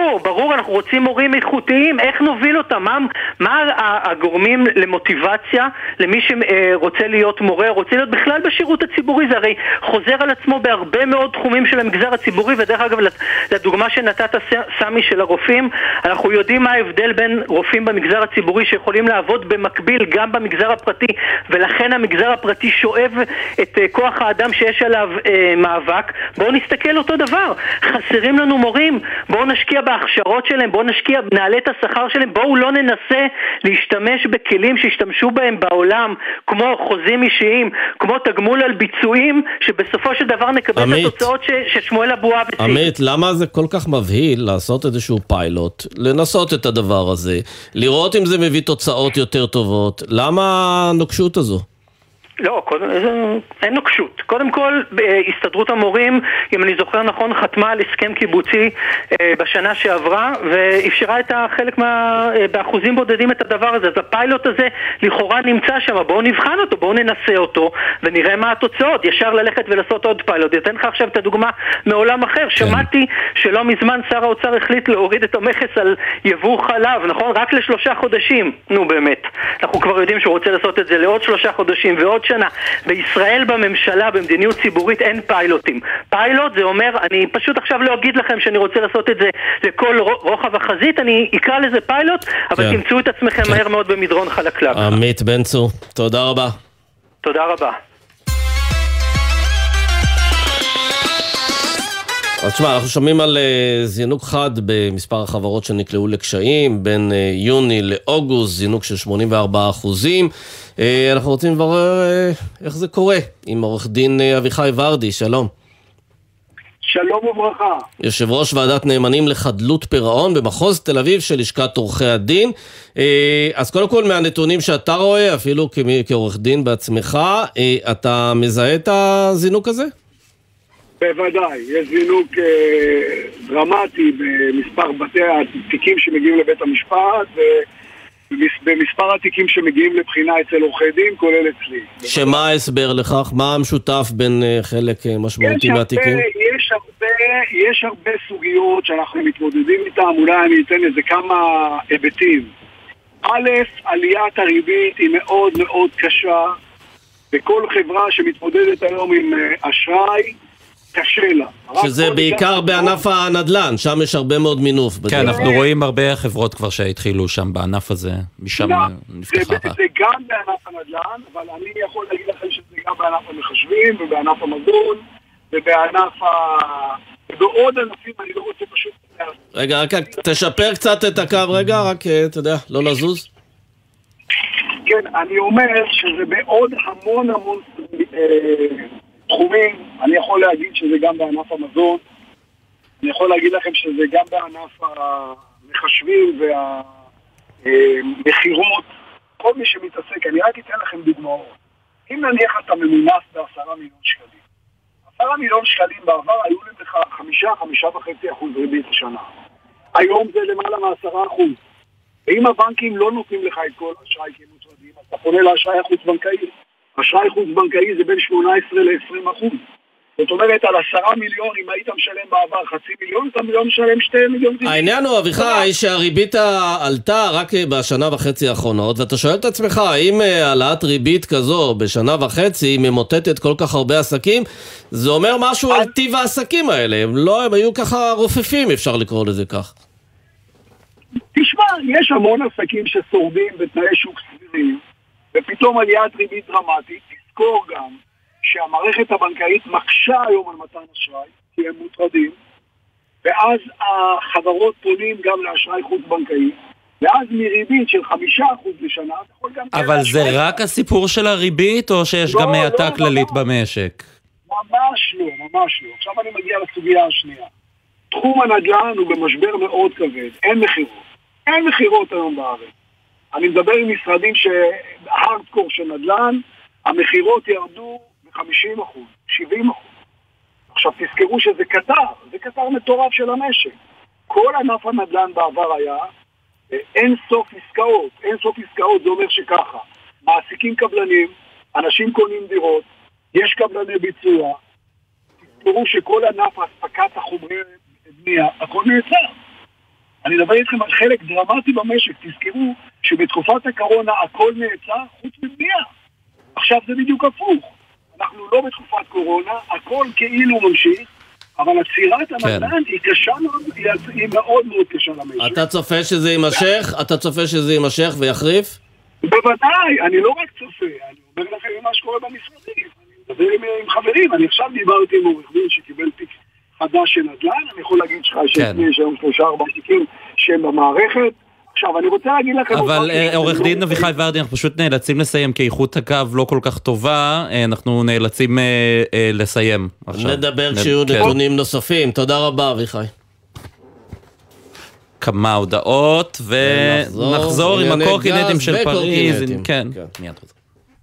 ברור, ברור, אנחנו רוצים מורים איכותיים, איך נוביל אותם? מה, מה הגורמים למוטיבציה למי שרוצה להיות מורה, רוצה להיות בכלל בשירות הציבורי? זה הרי חוזר על עצמו בהרבה מאוד תחומים של המגזר הציבורי, ודרך אגב, לדוגמה שנתת סמי של הרופאים, אנחנו יודעים מה ההבדל בין רופאים במגזר הציבורי שיכולים לעבוד במקביל גם במגזר הפרטי, ולכן המגזר הפרטי שואב את כוח האדם שיש עליו אה, מאבק. בואו נסתכל אותו דבר, חסרים לנו מורים, בואו נשקיע בהכשרות שלהם, בואו נשקיע, נעלה את השכר שלהם, בואו לא ננסה להשתמש בכלים שהשתמשו בהם בעולם, כמו חוזים אישיים, כמו תגמול על ביצועים, שבסופו של דבר נקבל עמית, את התוצאות ש, ששמואל אבואב הציג. עמית, למה זה כל כך מבהיל לעשות איזשהו פיילוט, לנסות את הדבר הזה, לראות אם זה מביא תוצאות יותר טובות? למה הנוקשות הזו? לא, קודם, אין נוקשות. קודם כל, הסתדרות המורים, אם אני זוכר נכון, חתמה על הסכם קיבוצי בשנה שעברה, ואפשרה את החלק מה, באחוזים בודדים את הדבר הזה. אז הפיילוט הזה לכאורה נמצא שם, בואו נבחן אותו, בואו ננסה אותו, ונראה מה התוצאות. ישר ללכת ולעשות עוד פיילוט. אתן לך עכשיו את הדוגמה מעולם אחר. כן. שמעתי שלא מזמן שר האוצר החליט להוריד את המכס על יבוא חלב, נכון? רק לשלושה חודשים. נו באמת. אנחנו כבר יודעים שהוא רוצה לעשות את זה לעוד שלושה חודשים ועוד שנה. בישראל בממשלה, במדיניות ציבורית, אין פיילוטים. פיילוט זה אומר, אני פשוט עכשיו לא אגיד לכם שאני רוצה לעשות את זה לכל רוחב החזית, אני אקרא לזה פיילוט, אבל כן. תמצאו את עצמכם כן. מהר מאוד במדרון חלקלק. עמית בן צור, תודה רבה. תודה רבה. אז תשמע, אנחנו שומעים על uh, זינוק חד במספר החברות שנקלעו לקשיים, בין uh, יוני לאוגוסט, זינוק של שמונים וארבעה אחוזים. Uh, אנחנו רוצים לברר uh, איך זה קורה עם עורך דין uh, אביחי ורדי, שלום. שלום וברכה. יושב ראש ועדת נאמנים לחדלות פירעון במחוז תל אביב של לשכת עורכי הדין. Uh, אז קודם כל מהנתונים שאתה רואה, אפילו כמי, כעורך דין בעצמך, uh, אתה מזהה את הזינוק הזה? בוודאי, יש זינוק אה, דרמטי במספר בתי התיקים שמגיעים לבית המשפט ובמספר התיקים שמגיעים לבחינה אצל עורכי דין, כולל אצלי. שמה ההסבר לכך? מה המשותף בין אה, חלק משמעותי מהתיקים? יש הרבה, יש הרבה סוגיות שאנחנו מתמודדים איתן, אולי אני אתן איזה כמה היבטים. א', עליית הריבית היא מאוד מאוד קשה, וכל חברה שמתמודדת היום עם אשראי, קשה לה. שזה בעיקר בענף הנדל"ן, שם יש הרבה מאוד מינוף. כן, אנחנו רואים הרבה חברות כבר שהתחילו שם בענף הזה, משם נפתחה. זה גם בענף הנדל"ן, אבל אני יכול להגיד לכם שזה גם בענף המחשבים, ובענף המזון, ובענף ה... ובעוד ענפים אני לא רוצה פשוט... רגע, רק תשפר קצת את הקו, רגע, רק, אתה יודע, לא לזוז. כן, אני אומר שזה בעוד המון המון... תחומים, אני יכול להגיד שזה גם בענף המזון, אני יכול להגיד לכם שזה גם בענף המחשבים והמחירות, כל מי שמתעסק, אני רק אתן לכם דוגמאות. אם נניח אתה ממונף בעשרה מיליון שקלים, עשרה מיליון שקלים בעבר היו לך חמישה, חמישה וחצי אחוז ריבית השנה. היום זה למעלה מעשרה אחוז. ואם הבנקים לא נותנים לך את כל אשראי כמוטרדים, אז אתה פונה לאשראי החוץ-בנקאי. אשראי חוץ-בנקאי זה בין שמונה עשרה ל-עשרים אחוז. זאת אומרת, על עשרה מיליון, אם היית משלם בעבר חצי מיליון, אתה מיליון משלם שתי מיליון. העניין הוא, אביחי, שהריבית עלתה רק בשנה וחצי האחרונות, ואתה שואל את עצמך, האם העלאת ריבית כזו בשנה וחצי ממוטטת כל כך הרבה עסקים, זה אומר משהו על טיב העסקים האלה. הם לא, הם היו ככה רופפים, אפשר לקרוא לזה כך. תשמע, יש המון עסקים ששורדים בתנאי שוק סבירים, ופתאום עליית ריבית דרמטית. תזכור גם שהמערכת הבנקאית מקשה היום על מתן אשראי, כי הם מוטרדים, ואז החברות פונים גם לאשראי חוץ-בנקאי, ואז מריבית של חמישה אחוז לשנה, אתה יכול גם... אבל זה רק הסיפור של הריבית, או שיש גם האטה כללית במשק? ממש לא, ממש לא. עכשיו אני מגיע לסוגיה השנייה. תחום הנדל"ן הוא במשבר מאוד כבד, אין מחירות. אין מחירות היום בארץ. אני מדבר עם משרדים שהארדקור של נדל"ן, המחירות ירדו ב-חמישים אחוז, שבעים אחוז. עכשיו תזכרו שזה קטר, זה קטר מטורף של המשק. כל ענף הנדל"ן בעבר היה, אין סוף עסקאות, אין סוף עסקאות זה אומר שככה, מעסיקים קבלנים, אנשים קונים דירות, יש קבלני ביצוע, תזכרו שכל ענף הספקת החומרי בנייה, הכל נעצר. אני מדבר איתכם על חלק דרמטי במשק. תזכרו שבתקופת הקורונה הכל נעצר חוץ מבנייה. עכשיו זה בדיוק הפוך. אנחנו לא בתקופת קורונה, הכל כאילו ממשיך, אבל עצירת הנדל"ן היא קשה מאוד, היא מאוד מאוד קשה למשק. אתה צופה שזה יימשך? אתה צופה שזה יימשך ויחריף? בוודאי, אני לא רק צופה, אני אומר לכם מה שקורה במשרדים. אני מדבר עם, עם חברים, אני עכשיו דיברתי עם עורך דין שקיבל תיק חדש של נדל"ן, אני יכול להגיד לך שיש היום שלושה ארבעה תיקים שהם במערכת. עכשיו, אני רוצה להגיד לכם... אבל עורך דין אביחי ורדי, אנחנו פשוט נאלצים לסיים, כי איכות הקו לא כל כך טובה, אנחנו נאלצים לסיים עכשיו. נדבר כשיהיו נתונים נוספים. תודה רבה, אביחי. כמה הודעות, ונחזור עם הקורקינטים של פריז. כן, מיד חוזר.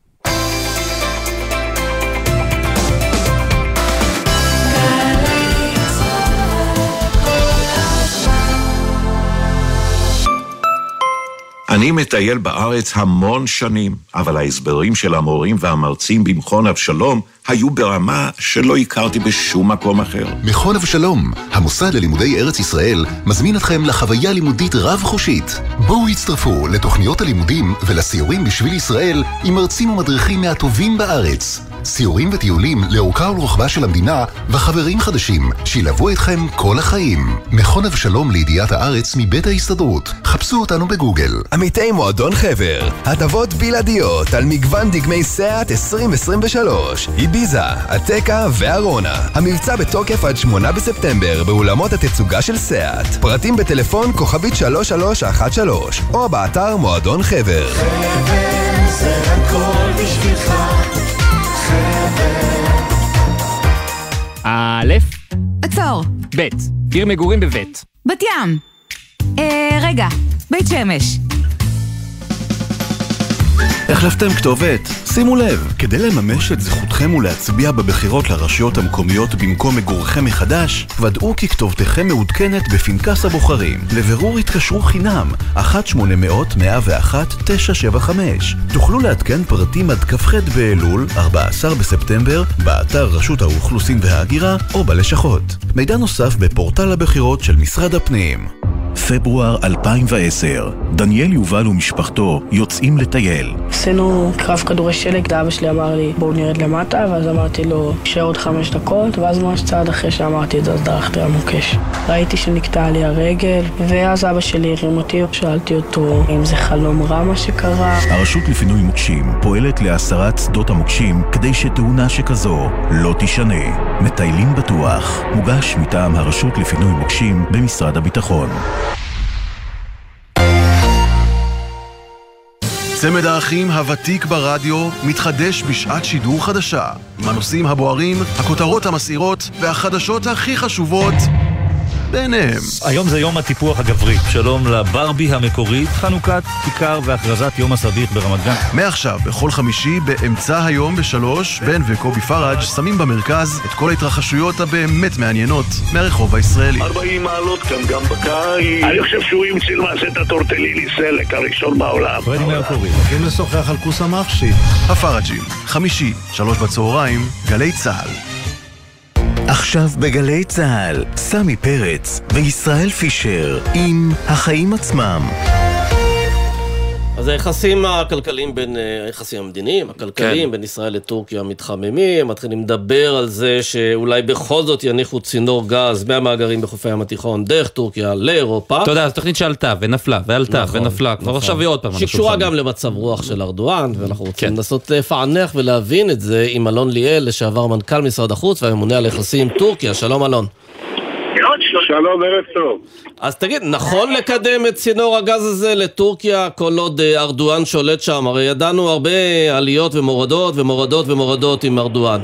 אני מטייל בארץ המון שנים, אבל ההסברים של המורים והמרצים במכון אבשלום היו ברמה שלא הכרתי בשום מקום אחר. מכון אבשלום, המוסד ללימודי ארץ ישראל, מזמין אתכם לחוויה לימודית רב-חושית. בואו הצטרפו לתוכניות הלימודים ולסיורים בשביל ישראל עם מרצים ומדריכים מהטובים בארץ. סיורים וטיולים לאורכה ולרוחבה של המדינה וחברים חדשים שילוו אתכם כל החיים. מכון אבשלום לידיעת הארץ מבית ההסתדרות. חפשו אותנו בגוגל. עמיתי מועדון חבר, הטבות בלעדיות על מגוון דגמי סאט עשרים עשרים ושלוש, איביזה, עתקה וארונה. המבצע בתוקף עד שמונה בספטמבר באולמות התצוגה של סאט. פרטים בטלפון כוכבית שלוש שלוש אחת שלוש או באתר מועדון חבר. חבר זה הכל בשבילך. א' עצור. ב' עיר מגורים בבית. בת ים. אה, רגע, בית שמש. החלפתם כתובת? שימו לב, כדי לממש את זכותכם ולהצביע בבחירות לרשויות המקומיות במקום מגורכם מחדש, ודאו כי כתובתכם מעודכנת בפנקס הבוחרים. לבירור התקשרו חינם, אחת שמונה אפס אפס מאה ואחת תשע שבע חמש. תוכלו לעדכן פרטים עד כ"ח באלול, ארבעה עשר בספטמבר, באתר רשות האוכלוסין וההגירה או בלשכות. מידע נוסף בפורטל הבחירות של משרד הפנים. פברואר אלפיים ועשר, דניאל יובל ומשפחתו יוצאים לטייל. עשינו קרב כדורי שלג, אבא שלי אמר לי בואו נרד למטה, ואז אמרתי לו שער עוד חמש דקות, ואז ממש צעד אחרי שאמרתי את זה אז דרכתי על מוקש. ראיתי שנקטעה לי הרגל, ואז אבא שלי הרים אותי, שאלתי אותו אם זה חלום רע מה שקרה. הרשות לפינוי מוקשים פועלת להסרת שדות המוקשים כדי שתאונה שכזו לא תשנה. מטיילים בטוח, מוגש מטעם הרשות לפינוי מוקשים במשרד הביטחון. צמד האחים הוותיק ברדיו מתחדש בשעת שידור חדשה, עם הנושאים הבוערים, הכותרות המסעירות והחדשות הכי חשובות ביניהם. היום זה יום הטיפוח הגברי. שלום לברבי המקורית, חנוכת כיכר והכרזת יום הסביך ברמת גן. מעכשיו, בכל חמישי, באמצע היום בשלוש, בן וקובי פראג' שמים במרכז את כל ההתרחשויות הבאמת מעניינות מהרחוב הישראלי. ארבעים מעלות כאן גם בקיץ. אני חושב שהוא ימציא למעשה את הטורטליני סלק הראשון בעולם. פרדי מהקורי. הולכים לשוחח על כוס המחשי. הפראג'ים, חמישי, שלוש בצהריים, גלי צהל. עכשיו בגלי צהל, סמי פרץ וישראל פישר עם החיים עצמם. אז היחסים הכלכליים בין, היחסים המדיניים, הכלכליים כן. בין ישראל לטורקיה מתחממים, מתחילים לדבר על זה שאולי בכל זאת יניחו צינור גז מהמאגרים בחופי הים התיכון דרך טורקיה לאירופה. אתה יודע, זו תוכנית שעלתה ונפלה ועלתה נכון, ונפלה, כבר נכון. עכשיו היא עוד פעם. שקשורה גם למצב רוח של ארדואן, ואנחנו רוצים כן. לנסות לפענח ולהבין את זה עם אלון ליאל, לשעבר מנכ"ל משרד החוץ והממונה על יחסים עם טורקיה. שלום אלון. שלום, ערב טוב. אז תגיד, נכון לקדם את צינור הגז הזה לטורקיה כל עוד ארדואן שולט שם? הרי ידענו הרבה עליות ומורדות ומורדות ומורדות עם ארדואן.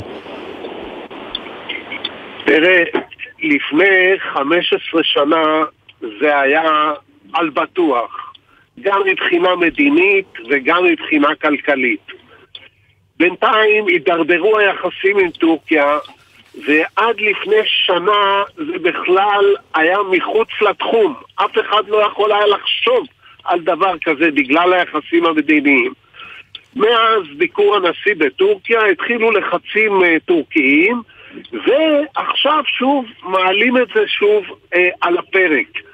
תראה, לפני חמש עשרה שנה זה היה על בטוח, גם מבחינה מדינית וגם מבחינה כלכלית. בינתיים הידרדרו היחסים עם טורקיה, ועד לפני שנה זה בכלל היה מחוץ לתחום. אף אחד לא יכול היה לחשוב על דבר כזה בגלל היחסים המדיניים. מאז ביקור הנשיא בטורקיה התחילו לחצים uh, טורקיים, ועכשיו שוב מעלים את זה שוב uh, על הפרק.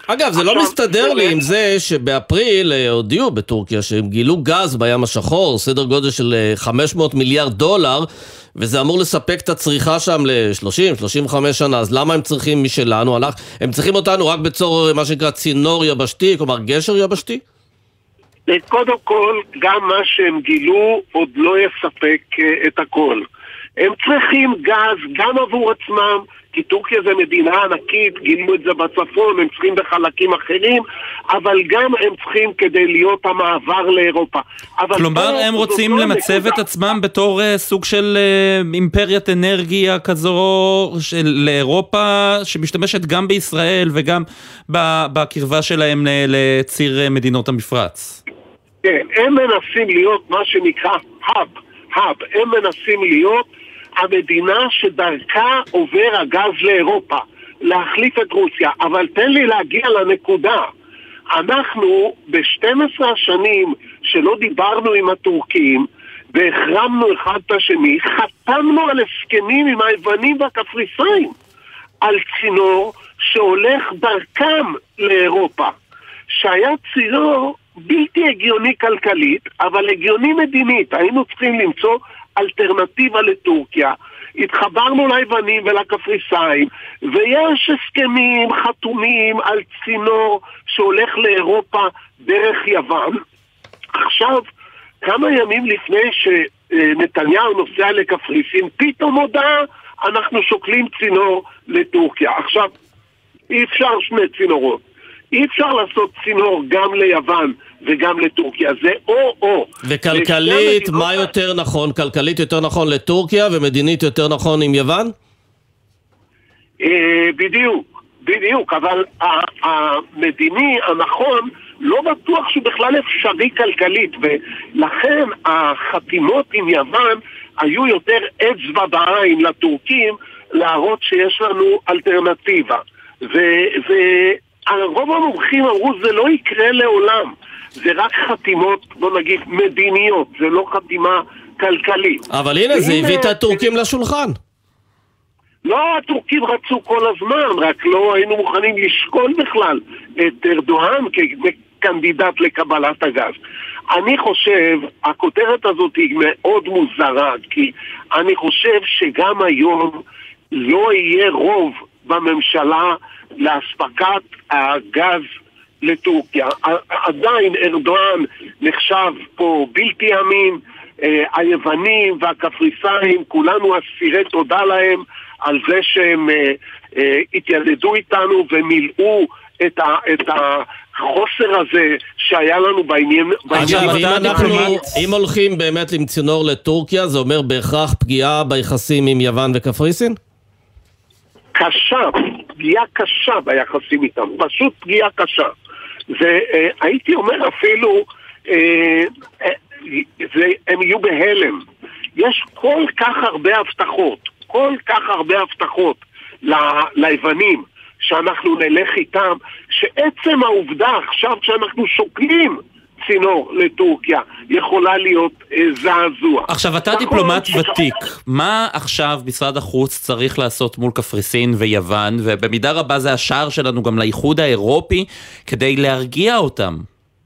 אגב, זה לא מסתדר לי עם זה שבאפריל הודיעו בטורקיה שהם גילו גז בים השחור, סדר גודל של חמש מאות מיליארד דולר, וזה אמור לספק את הצריכה שם ל-שלושים שלושים וחמש שנה, אז למה הם צריכים משלנו? הם צריכים אותנו רק בצור מה שנקרא צינור יבשתי, כלומר גשר יבשתי? קודם כל, גם מה שהם גילו עוד לא יספק את הכל. הם צריכים גז גם עבור עצמם, כי טורקיה זה מדינה ענקית, גילו את זה בצפון, הם צריכים בחלקים אחרים, אבל גם הם צריכים כדי להיות המעבר לאירופה. כלומר, הם רוצים למצב את עצמם בתור סוג של אימפריית אנרגיה כזו לאירופה, שמשתמשת גם בישראל וגם בקרבה שלהם לציר מדינות המפרץ. כן, הם מנסים להיות מה שנקרא hub, hub, הם מנסים להיות המדינה שדרכה עובר הגז לאירופה, להחליף את רוסיה. אבל תן לי להגיע לנקודה. אנחנו ב-שתים עשרה השנים שלא דיברנו עם הטורקים והחרמנו אחד את השני, חתמנו על הסכמים עם היוונים והקפריסאים על צינור שהולך דרכם לאירופה, שהיה צינור בלתי הגיוני כלכלית, אבל הגיוני מדינית. היינו צריכים למצוא אלטרנטיבה לטורקיה. התחברנו ליוונים ולקפריסאים, ויש הסכמים חתומים על צינור שהולך לאירופה דרך יוון. עכשיו, כמה ימים לפני שנתניהו נוסע לקפריסין, פתאום הודעה, אנחנו שוקלים צינור לטורקיה. עכשיו, אי אפשר שני צינורות. אי אפשר לעשות צינור גם ליוון וגם לטורקיה, זה או-או. וכלכלית, מה יותר נכון? כלכלית יותר נכון לטורקיה ומדינית יותר נכון עם יוון? בדיוק, בדיוק, אבל המדיני הנכון לא בטוח שהוא בכלל אפשרי כלכלית, ולכן החתימות עם יוון היו יותר אצבע בעין לטורקים להראות שיש לנו אלטרנטיבה. והרוב המומחים אמרו זה לא יקרה לעולם, זה רק חתימות, בוא נגיד, מדיניות, זה לא חתימה כלכלית. אבל הנה, זה הביא את הטורקים לשולחן. לא, הטורקים רצו כל הזמן, רק לא היינו מוכנים לשקול בכלל את ארדואן כקנדידט לקבלת הגז. אני חושב, הכותרת הזאת היא מאוד מוזרה, כי אני חושב שגם היום לא יהיה רוב בממשלה להספקת הגז לטורקיה. עדיין ארדואן נחשב פה בלתי אמין, היוונים והקפריסאים, כולנו אסירי תודה להם על זה שהם התיידדו איתנו ומילאו את ה... את ה החוסר הזה שהיה לנו בעניין... עכשיו, אם אנחנו, אם הולכים באמת עם צינור לטורקיה, זה אומר בהכרח פגיעה ביחסים עם יוון וקפריסין? קשה, פגיעה קשה ביחסים איתם, פשוט פגיעה קשה. זה, הייתי אומר אפילו, זה, הם יהיו בהלם. יש כל כך הרבה הבטחות, כל כך הרבה הבטחות ליוונים, שאנחנו נלך איתם, שעצם העובדה עכשיו שאנחנו שוקלים צינור לטורקיה יכולה להיות אה, זעזוע. עכשיו אתה דיפלומט ותיק, מה עכשיו משרד החוץ צריך לעשות מול קפריסין ויוון, ובמידה רבה זה השער שלנו גם לאיחוד האירופי, כדי להרגיע אותם?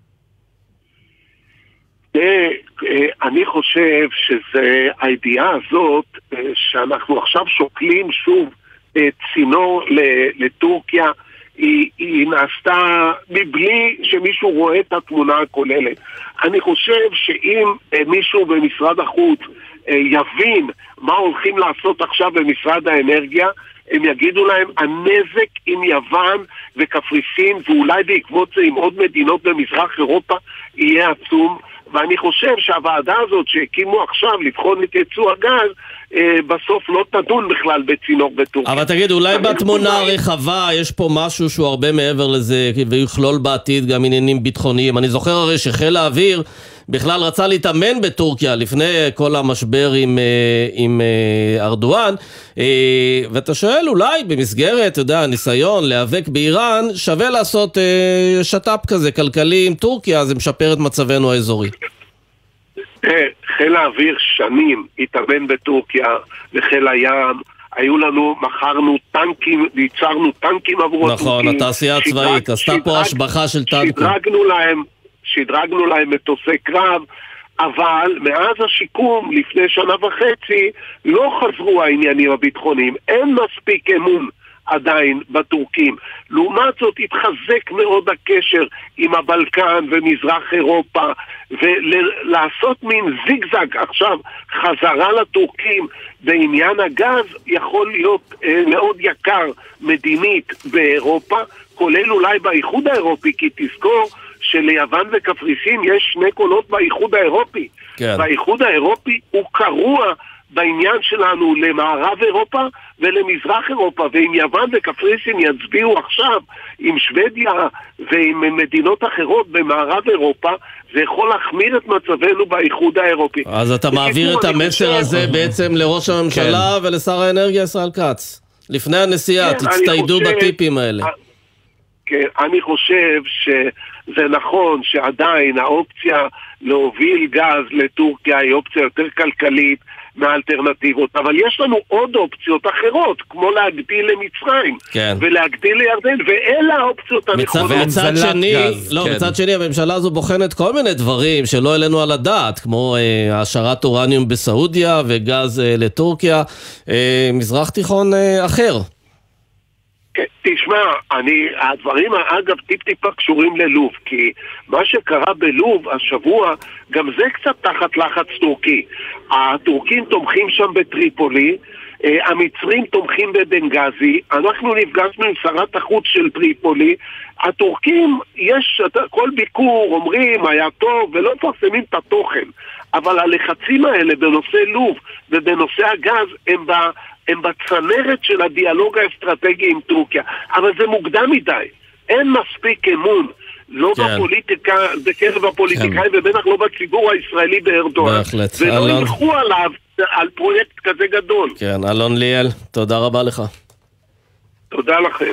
אה, אה, אני חושב שזה הידיעה הזאת, אה, שאנחנו עכשיו שוקלים שוב צינור לטורקיה, היא, היא נעשתה מבלי שמישהו רואה את התמונה הכוללת. אני חושב שאם מישהו במשרד החוץ יבין מה הולכים לעשות עכשיו במשרד האנרגיה, הם יגידו להם, הנזק עם יוון וקפריסין, ואולי בעקבות זה עם עוד מדינות במזרח אירופה, יהיה עצום. ואני חושב שהוועדה הזאת שהקימו עכשיו לבחון את ייצוא הגז, אה, בסוף לא תדון בכלל בצינור בטורקיה. אבל תגיד, אולי בתמונה הרחבה יש פה משהו שהוא הרבה מעבר לזה, ויכלול בעתיד גם עניינים ביטחוניים. אני זוכר הרי שחיל האוויר בכלל רצה להתאמן בטורקיה לפני כל המשבר עם, עם ארדואן, ואתה שואל אולי במסגרת, אתה יודע, ניסיון להיאבק באיראן, שווה לעשות שטאפ כזה כלכלי עם טורקיה, זה משפר את מצבנו האזורי. חיל האוויר שנים התאמן בטורקיה, וחיל הים, היו לנו, מכרנו טנקים, ייצרנו טנקים עבור הטורקים. נכון, התעשייה הצבאית, עשתה פה השבחה של טנקים. שדרגנו להם, שדרגנו להם מטוסי קרב, אבל מאז השיקום, לפני שנה וחצי, לא חזרו העניינים הביטחוניים. אין מספיק אמון עדיין בטורקים. לעומת זאת התחזק מאוד הקשר עם הבלקן ומזרח אירופה, ולעשות מין זיגזג עכשיו חזרה לטורקים בעניין הגז יכול להיות אה, מאוד יקר מדינית באירופה, כולל אולי באיחוד האירופי, כי תזכור שליוון וקפריסין יש שני קולות באיחוד האירופי. כן. באיחוד האירופי הוא קרוע בעניין שלנו למערב אירופה ולמזרח אירופה, ואם יוון וקפריסין יצביעו עכשיו עם שוודיה ועם מדינות אחרות במערב אירופה, זה יכול להחמיר את מצבנו באיחוד האירופי. אז אתה מעביר את המסר הזה בעצם לראש הממשלה ולשר האנרגיה ישראל כץ. לפני הנסיעה, תצטיידו בטיפים האלה. כן, אני חושב שזה נכון שעדיין האופציה להוביל גז לטורקיה היא אופציה יותר כלכלית מהאלטרנטיבות, אבל יש לנו עוד אופציות אחרות, כמו להגדיל למצרים, כן. ולהגדיל לירדן, ואלה האופציות הנכונות. מצד שני, לא, כן. מצד שני, הממשלה הזו בוחנת כל מיני דברים שלא אלינו על הדעת, כמו אה, השארת אורניום בסעודיה וגז אה, לטורקיה, אה, מזרח תיכון אה, אחר. תשמע, אני, הדברים אגב טיפ טיפה קשורים ללוב, כי מה שקרה בלוב השבוע, גם זה קצת תחת לחץ טורקי. הטורקים תומכים שם בטריפולי, המצרים תומכים בבנגזי, אנחנו נפגשנו עם שרת החוץ של טריפולי, הטורקים, יש כל ביקור, אומרים, היה טוב, ולא מפרסמים את התוכן, אבל הלחצים האלה בנושא לוב ובנושא הגז הם ב... הם בצנרת של הדיאלוג האסטרטגי עם טורקיה, אבל זה מוקדם מדי. אין מספיק אמון, לא כן. בפוליטיקה, בקרב הפוליטיקאים, כן. ובטח לא בציבור הישראלי בארדואן. ולא אלון... ילכו עליו על פרויקט כזה גדול. כן, אלון ליאל, תודה רבה לך. תודה לכם.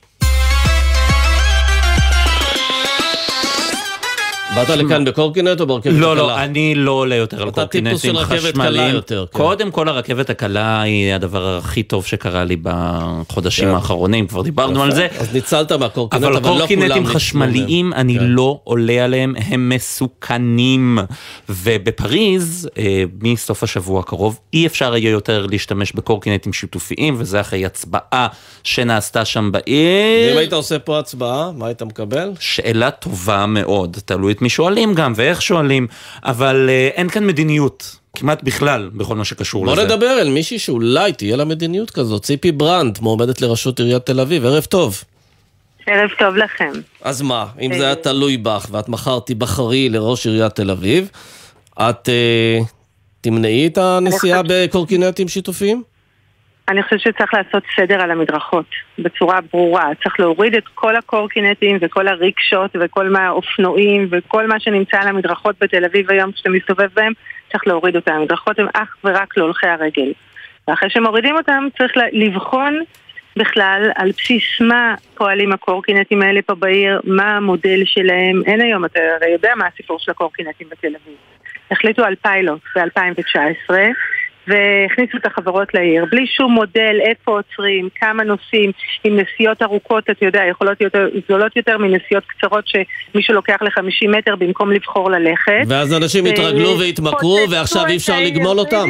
באת לכאן בקורקינט או ברכבת הקלה? לא, לא, אני לא עולה יותר על קורקינטים חשמליים. קודם כל הרכבת הקלה היא הדבר הכי טוב שקרה לי בחודשים האחרונים, כבר דיברנו על זה. אז ניצלת מהקורקינט, אבל לא כולם. אבל קורקינטים חשמליים אני לא עולה עליהם, הם מסוכנים. ובפריז, מסוף השבוע הקרוב, אי אפשר יהיה יותר להשתמש בקורקינטים שיתופיים, וזה אחרי הצבעה שנעשתה שם בעיר. ואם היית עושה פה הצבעה, מה היית מקבל? שאלה טובה מאוד, תלוי את מי שואלים גם, ואיך שואלים, אבל אה, אין כאן מדיניות, כמעט בכלל, בכל מה שקשור בוא לזה. בוא נדבר על מישהי שאולי תהיה לה מדיניות כזאת, ציפי ברנד, מועמדת לראשות עיריית תל אביב, ערב טוב. ערב טוב לכם. אז מה, אם זה היה תלוי בך, ואת מחר תיבחרי לראש עיריית תל אביב, את אה, תמנעי את הנסיעה בקורקינטים שיתופיים? אני חושבת שצריך לעשות סדר על המדרכות, בצורה ברורה. צריך להוריד את כל הקורקינטים וכל הריקשות וכל מה האופנועים וכל מה שנמצא על המדרכות בתל אביב היום כשאתה מסתובב בהם, צריך להוריד אותם. המדרכות הן אך ורק להולכי הרגל. ואחרי שמורידים אותם צריך לבחון בכלל על בסיס מה פועלים הקורקינטים האלה פה בעיר, מה המודל שלהם. אין היום, אתה יודע מה הסיפור של הקורקינטים בתל אביב. החליטו על פיילוט ב-אלפיים תשע עשרה, והכניסו את החברות לעיר, בלי שום מודל, איפה עוצרים, כמה נוסעים, עם נסיעות ארוכות, אתה יודע, יכולות יותר, זולות יותר מנסיעות קצרות שמישהו לוקח ל-חמישים מטר במקום לבחור ללכת. ואז אנשים התרגלו והתמכרו, ועכשיו אי אפשר לגמול אותם.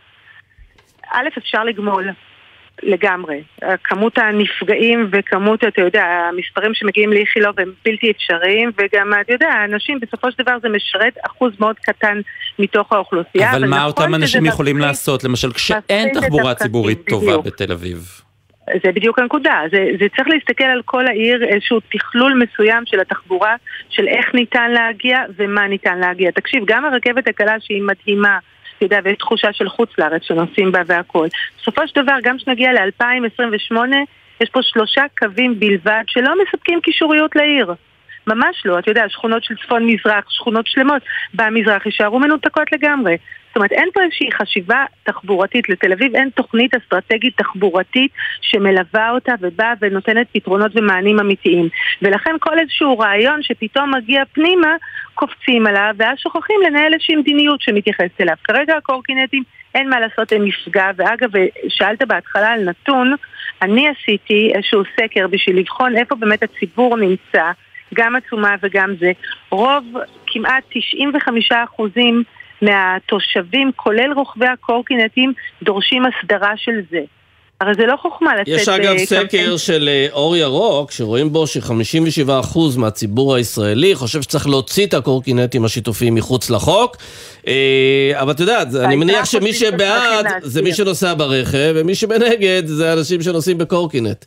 א', אפשר לגמול. לגמרי. כמות הנפגעים וכמות, אתה יודע, המספרים שמגיעים לאיכילוב הם בלתי אפשריים, וגם, אתה יודע, האנשים בסופו של דבר זה משרת אחוז מאוד קטן מתוך האוכלוסייה. אבל מה אותם אנשים יכולים לעשות, למשל, כשאין תחבורה ציבורית טובה בתל אביב? זה בדיוק הנקודה. זה, זה צריך להסתכל על כל העיר, איזשהו תכלול מסוים של התחבורה, של איך ניתן להגיע ומה ניתן להגיע. תקשיב, גם הרכבת הקלה שהיא מדהימה, אתה יודע, ויש תחושה של חוץ לארץ שנוסעים בה והכל. בסופו של דבר, גם שנגיע ל-אלפיים עשרים ושמונה, יש פה שלושה קווים בלבד שלא מספקים קישוריות לעיר. ממש לא, אתה יודע, שכונות של צפון מזרח, שכונות שלמות במזרח יישארו מנותקות לגמרי. זאת אומרת, אין פה איזושהי חשיבה תחבורתית לתל אביב, אין תוכנית אסטרטגית תחבורתית שמלווה אותה ובאה ונותנת פתרונות ומענים אמיתיים. ולכן כל איזשהו רעיון שפתאום מגיע פנימה, קופצים עליו, ואז שוכחים לנהל איזושהי מדיניות שמתייחסת אליו. כרגע הקורקינטים, אין מה לעשות, הם מפגע, ואגב, שאלת בהתחלה על נתון, אני עשיתי איזשהו סקר בשביל לבחון איפה באמת הציבור נמצא, גם עצומה וגם זה. רוב, כמעט תשעים וחמישה אחוזים מהתושבים, כולל רוכבי הקורקינטים, דורשים הסדרה של זה. הרי זה לא חוכמה לצאת... יש אגב סקר של אור ירוק, שרואים בו ש-חמישים ושבעה אחוז מהציבור הישראלי חושב שצריך להוציא את הקורקינטים השיתופיים מחוץ לחוק, אבל אתה יודע, אני מניח שמי שבעד זה מי שנוסע ברכב, ומי שבנגד זה אנשים שנוסעים בקורקינט.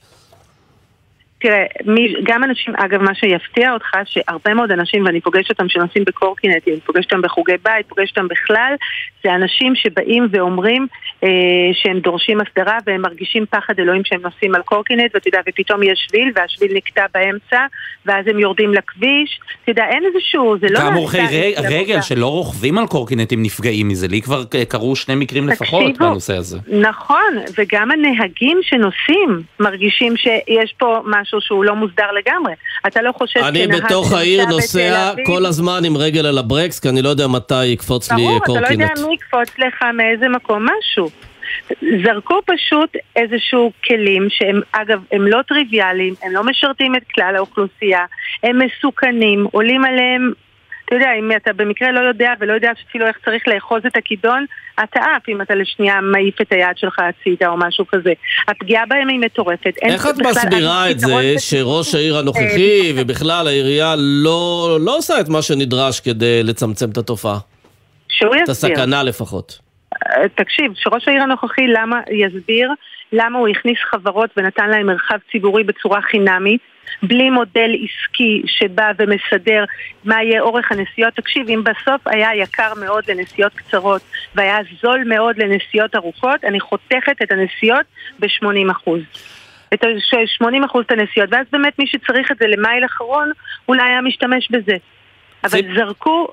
תראה, מי, גם אנשים, אגב, מה שיפתיע אותך, שהרבה מאוד אנשים, ואני פוגשת אותם שנוסעים בקורקינטים, פוגשת אותם בחוגי בית, פוגשת אותם בכלל, זה אנשים שבאים ואומרים אה, שהם דורשים הסדרה, והם מרגישים פחד אלוהים שהם נוסעים על קורקינט, ואתה יודע, ופתאום יש שביל, והשביל נקטע באמצע, ואז הם יורדים לכביש, אתה יודע, אין איזשהו, זה לא... גם הולכי רגל שלא רוכבים על קורקינטים נפגעים מזה, לי כבר קרו שני מקרים לפחות בנושא הזה. נכון, וגם הנהגים שנוסעים מרגישים שיש פה משהו שהוא לא מוסדר לגמרי. אתה לא חושב... אני בתוך העיר נוסע כל הזמן עם רגל על הברקס, כי אני לא יודע מתי יקפוץ לי קורקינט. ברור, אתה לא יודע מי יקפוץ לך מאיזה מקום משהו. זרקו פשוט איזשהו כלים שהם, אגב, הם לא טריוויאליים, הם לא משרתים את כלל האוכלוסייה, הם מסוכנים, עולים עליהם, אתה יודע, אם אתה במקרה לא יודע ולא יודע אפילו איך צריך לאחוז את הכידון, אתה אף אם אתה לשנייה מעיף את היד שלך הצידה או משהו כזה. הפגיעה בהם היא מטורפת. איך את מסבירה את זה שראש העיר הנוכחי ובכלל העירייה לא, לא עושה את מה שנדרש כדי לצמצם את התופעה? שהוא יסביר. את הסכנה לפחות. תקשיב, שראש העיר הנוכחי למה יסביר, למה הוא הכניס חברות ונתן להם מרחב ציבורי בצורה חינמית, בלי מודל עסקי שבא ומסדר מה יהיה אורך הנסיעות. תקשיב, אם בסוף היה יקר מאוד לנסיעות קצרות והיה זול מאוד לנסיעות ארוכות, אני חותכת את הנסיעות ב-שמונים אחוז. את ה-שמונים אחוז את הנסיעות, ואז באמת מי שצריך את זה למייל אחרון, אולי היה משתמש בזה. אבל זרקו...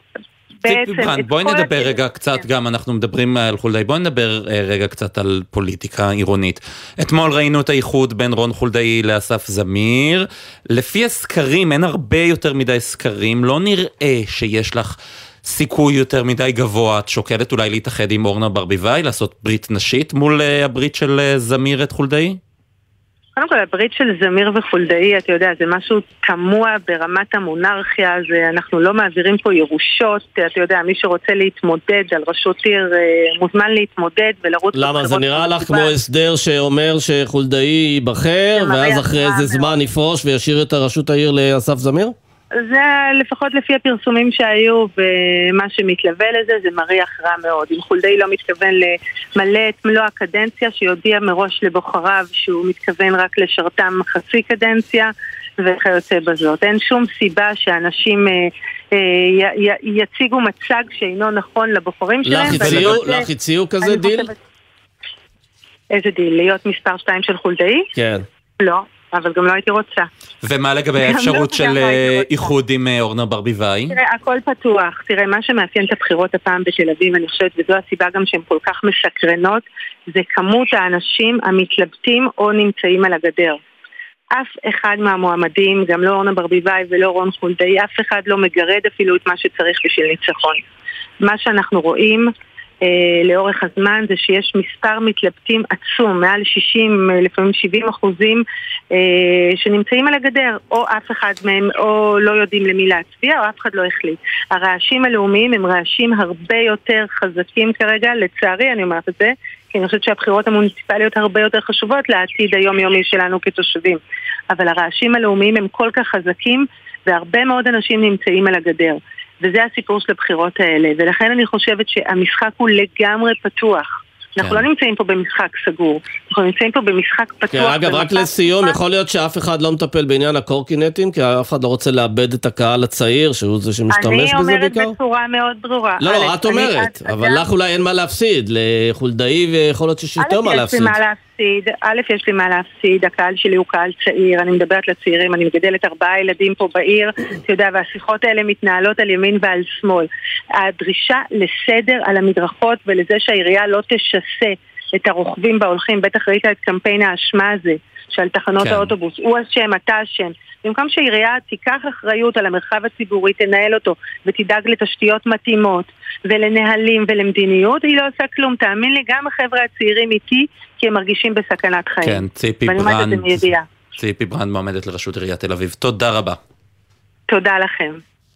בואי נדבר רגע קצת, גם אנחנו מדברים על חולדאי, בואי נדבר רגע קצת על פוליטיקה עירונית. אתמול ראינו את האיחוד בין רון חולדאי לאסף זמיר, לפי הסקרים, אין הרבה יותר מדי סקרים, לא נראה שיש לך סיכוי יותר מדי גבוה, את שוקלת אולי להתאחד עם אורנה ברביבאי, לעשות ברית נשית מול הברית של זמיר את חולדאי? קודם כל, הברית של זמיר וחולדאי, אתה יודע, זה משהו תמוה ברמת המונרכיה, זה, אנחנו לא מעבירים פה ירושות, אתה יודע, מי שרוצה להתמודד על ראשות עיר, מוזמן להתמודד ולרוץ... למה? זה נראה לך כמו הסדר שאומר שחולדאי ייבחר, ואז אחרי איזה זמן יפרוש וישאיר את הראשות העיר לאסף זמיר? זה לפחות לפי הפרסומים שהיו ומה שמתלווה לזה, זה מריח רע מאוד. אם חולדאי לא מתכוון למלא את מלוא הקדנציה, שיודיע מראש לבוחריו שהוא מתכוון רק לשרתם חצי קדנציה וכיוצא בזאת. אין שום סיבה שאנשים אה, אה, י, י, יציגו מצג שאינו נכון לבוחרים שלהם. לך הציעו כזה דיל? חושבת... איזה דיל? להיות מספר שתיים של חולדאי? כן. לא. אבל גם לא הייתי רוצה. ומה לגבי האפשרות של איחוד עם אורנה ברביבאי? תראה, הכל פתוח. תראה, מה שמאפיין את הבחירות הפעם בתל אביב, אני חושבת, וזו הסיבה גם שהן כל כך מסקרנות, זה כמות האנשים המתלבטים או נמצאים על הגדר. אף אחד מהמועמדים, גם לא אורנה ברביבאי ולא רון חולדאי, אף אחד לא מגרד אפילו את מה שצריך בשביל ניצחון. מה שאנחנו רואים... לאורך הזמן זה שיש מספר מתלבטים עצום, מעל שישים, לפעמים שבעים אחוזים שנמצאים על הגדר, או אף אחד מהם או לא יודעים למי להצביע או אף אחד לא החליט. הרעשים הלאומיים הם רעשים הרבה יותר חזקים כרגע, לצערי אני אומרת את זה, כי אני חושבת שהבחירות המוניציפליות הרבה יותר חשובות לעתיד היומיומי שלנו כתושבים, אבל הרעשים הלאומיים הם כל כך חזקים והרבה מאוד אנשים נמצאים על הגדר. וזה הסיפור של הבחירות האלה, ולכן אני חושבת שהמשחק הוא לגמרי פתוח. אנחנו לא נמצאים פה במשחק סגור, אנחנו נמצאים פה במשחק פתוח. אגב, רק לסיום, יכול להיות שאף אחד לא מטפל בעניין הקורקינטים, כי אף אחד לא רוצה לאבד את הקהל הצעיר, שהוא זה שמשתמש בזה בעיקר? אני אומרת בצורה מאוד ברורה. לא, לא, את אומרת, אבל לך אולי אין מה להפסיד, לחולדאי ויכול להיות שיש יותר מה להפסיד. א', יש לי מה להפסיד, הקהל שלי הוא קהל צעיר, אני מדברת לצעירים, אני מגדלת ארבעה ילדים פה בעיר, אתה יודע, והשיחות האלה מתנהלות על ימין ועל שמאל. הדרישה לסדר על המדרכות ולזה שהעירייה לא תשסה את הרוכבים בהולכים, בטח ראית את קמפיין האשמה הזה, שעל תחנות כן. האוטובוס, הוא אשם, אתה אשם. במקום שהעירייה תיקח אחריות על המרחב הציבורי, תנהל אותו ותדאג לתשתיות מתאימות ולנהלים ולמדיניות, היא לא עושה כלום. תאמין לי, גם החבר'ה הצעירים איתי, כי הם מרגישים בסכנת חיים. כן, ציפי ברנד, ציפי ברנד מועמדת לראשות עיריית תל אביב. תודה רבה. תודה לכם.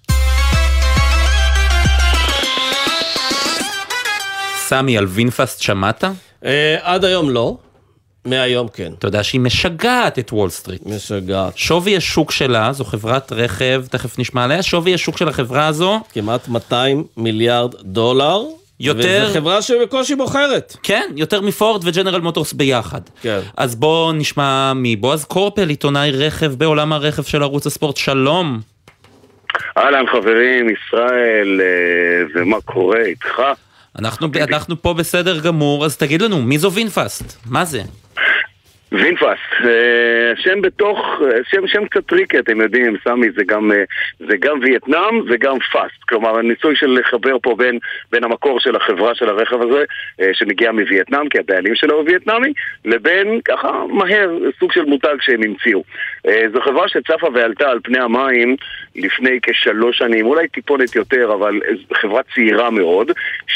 סמי, על וינפסט שמעת? עד היום לא. מהיום כן. אתה יודע שהיא משגעת את וול סטריט. משגעת. שווי השוק שלה, זו חברת רכב, תכף נשמע עליה, שווי השוק של החברה הזו כמעט מאתיים מיליארד דולר. יותר... וזו חברה שבקושי בוחרת. כן, יותר מפורד וג'נרל מוטורס ביחד. כן. אז בואו נשמע מבועז קורפל, עיתונאי רכב בעולם הרכב של ערוץ הספורט. שלום. אהלן חברים, ישראל, ומה קורה איתך? אנחנו, אנחנו פה בסדר גמור, אז תגיד לנו, מי זו וינפסט? מה זה? וינפסט, שם בתוך, שם, שם קצת טריקי, אתם יודעים, סמי, זה גם, זה גם וייטנאם וגם פאסט, כלומר, הניסוי של לחבר פה בין, בין המקור של החברה של הרכב הזה, שמגיע מווייטנאם, כי הבעלים שלו הוא וייטנאמי, לבין, ככה, מהר, סוג של מותג שהם המציאו. זו חברה שצפה ועלתה על פני המים לפני כשלוש שנים, אולי טיפונת יותר, אבל חברה צעירה מאוד,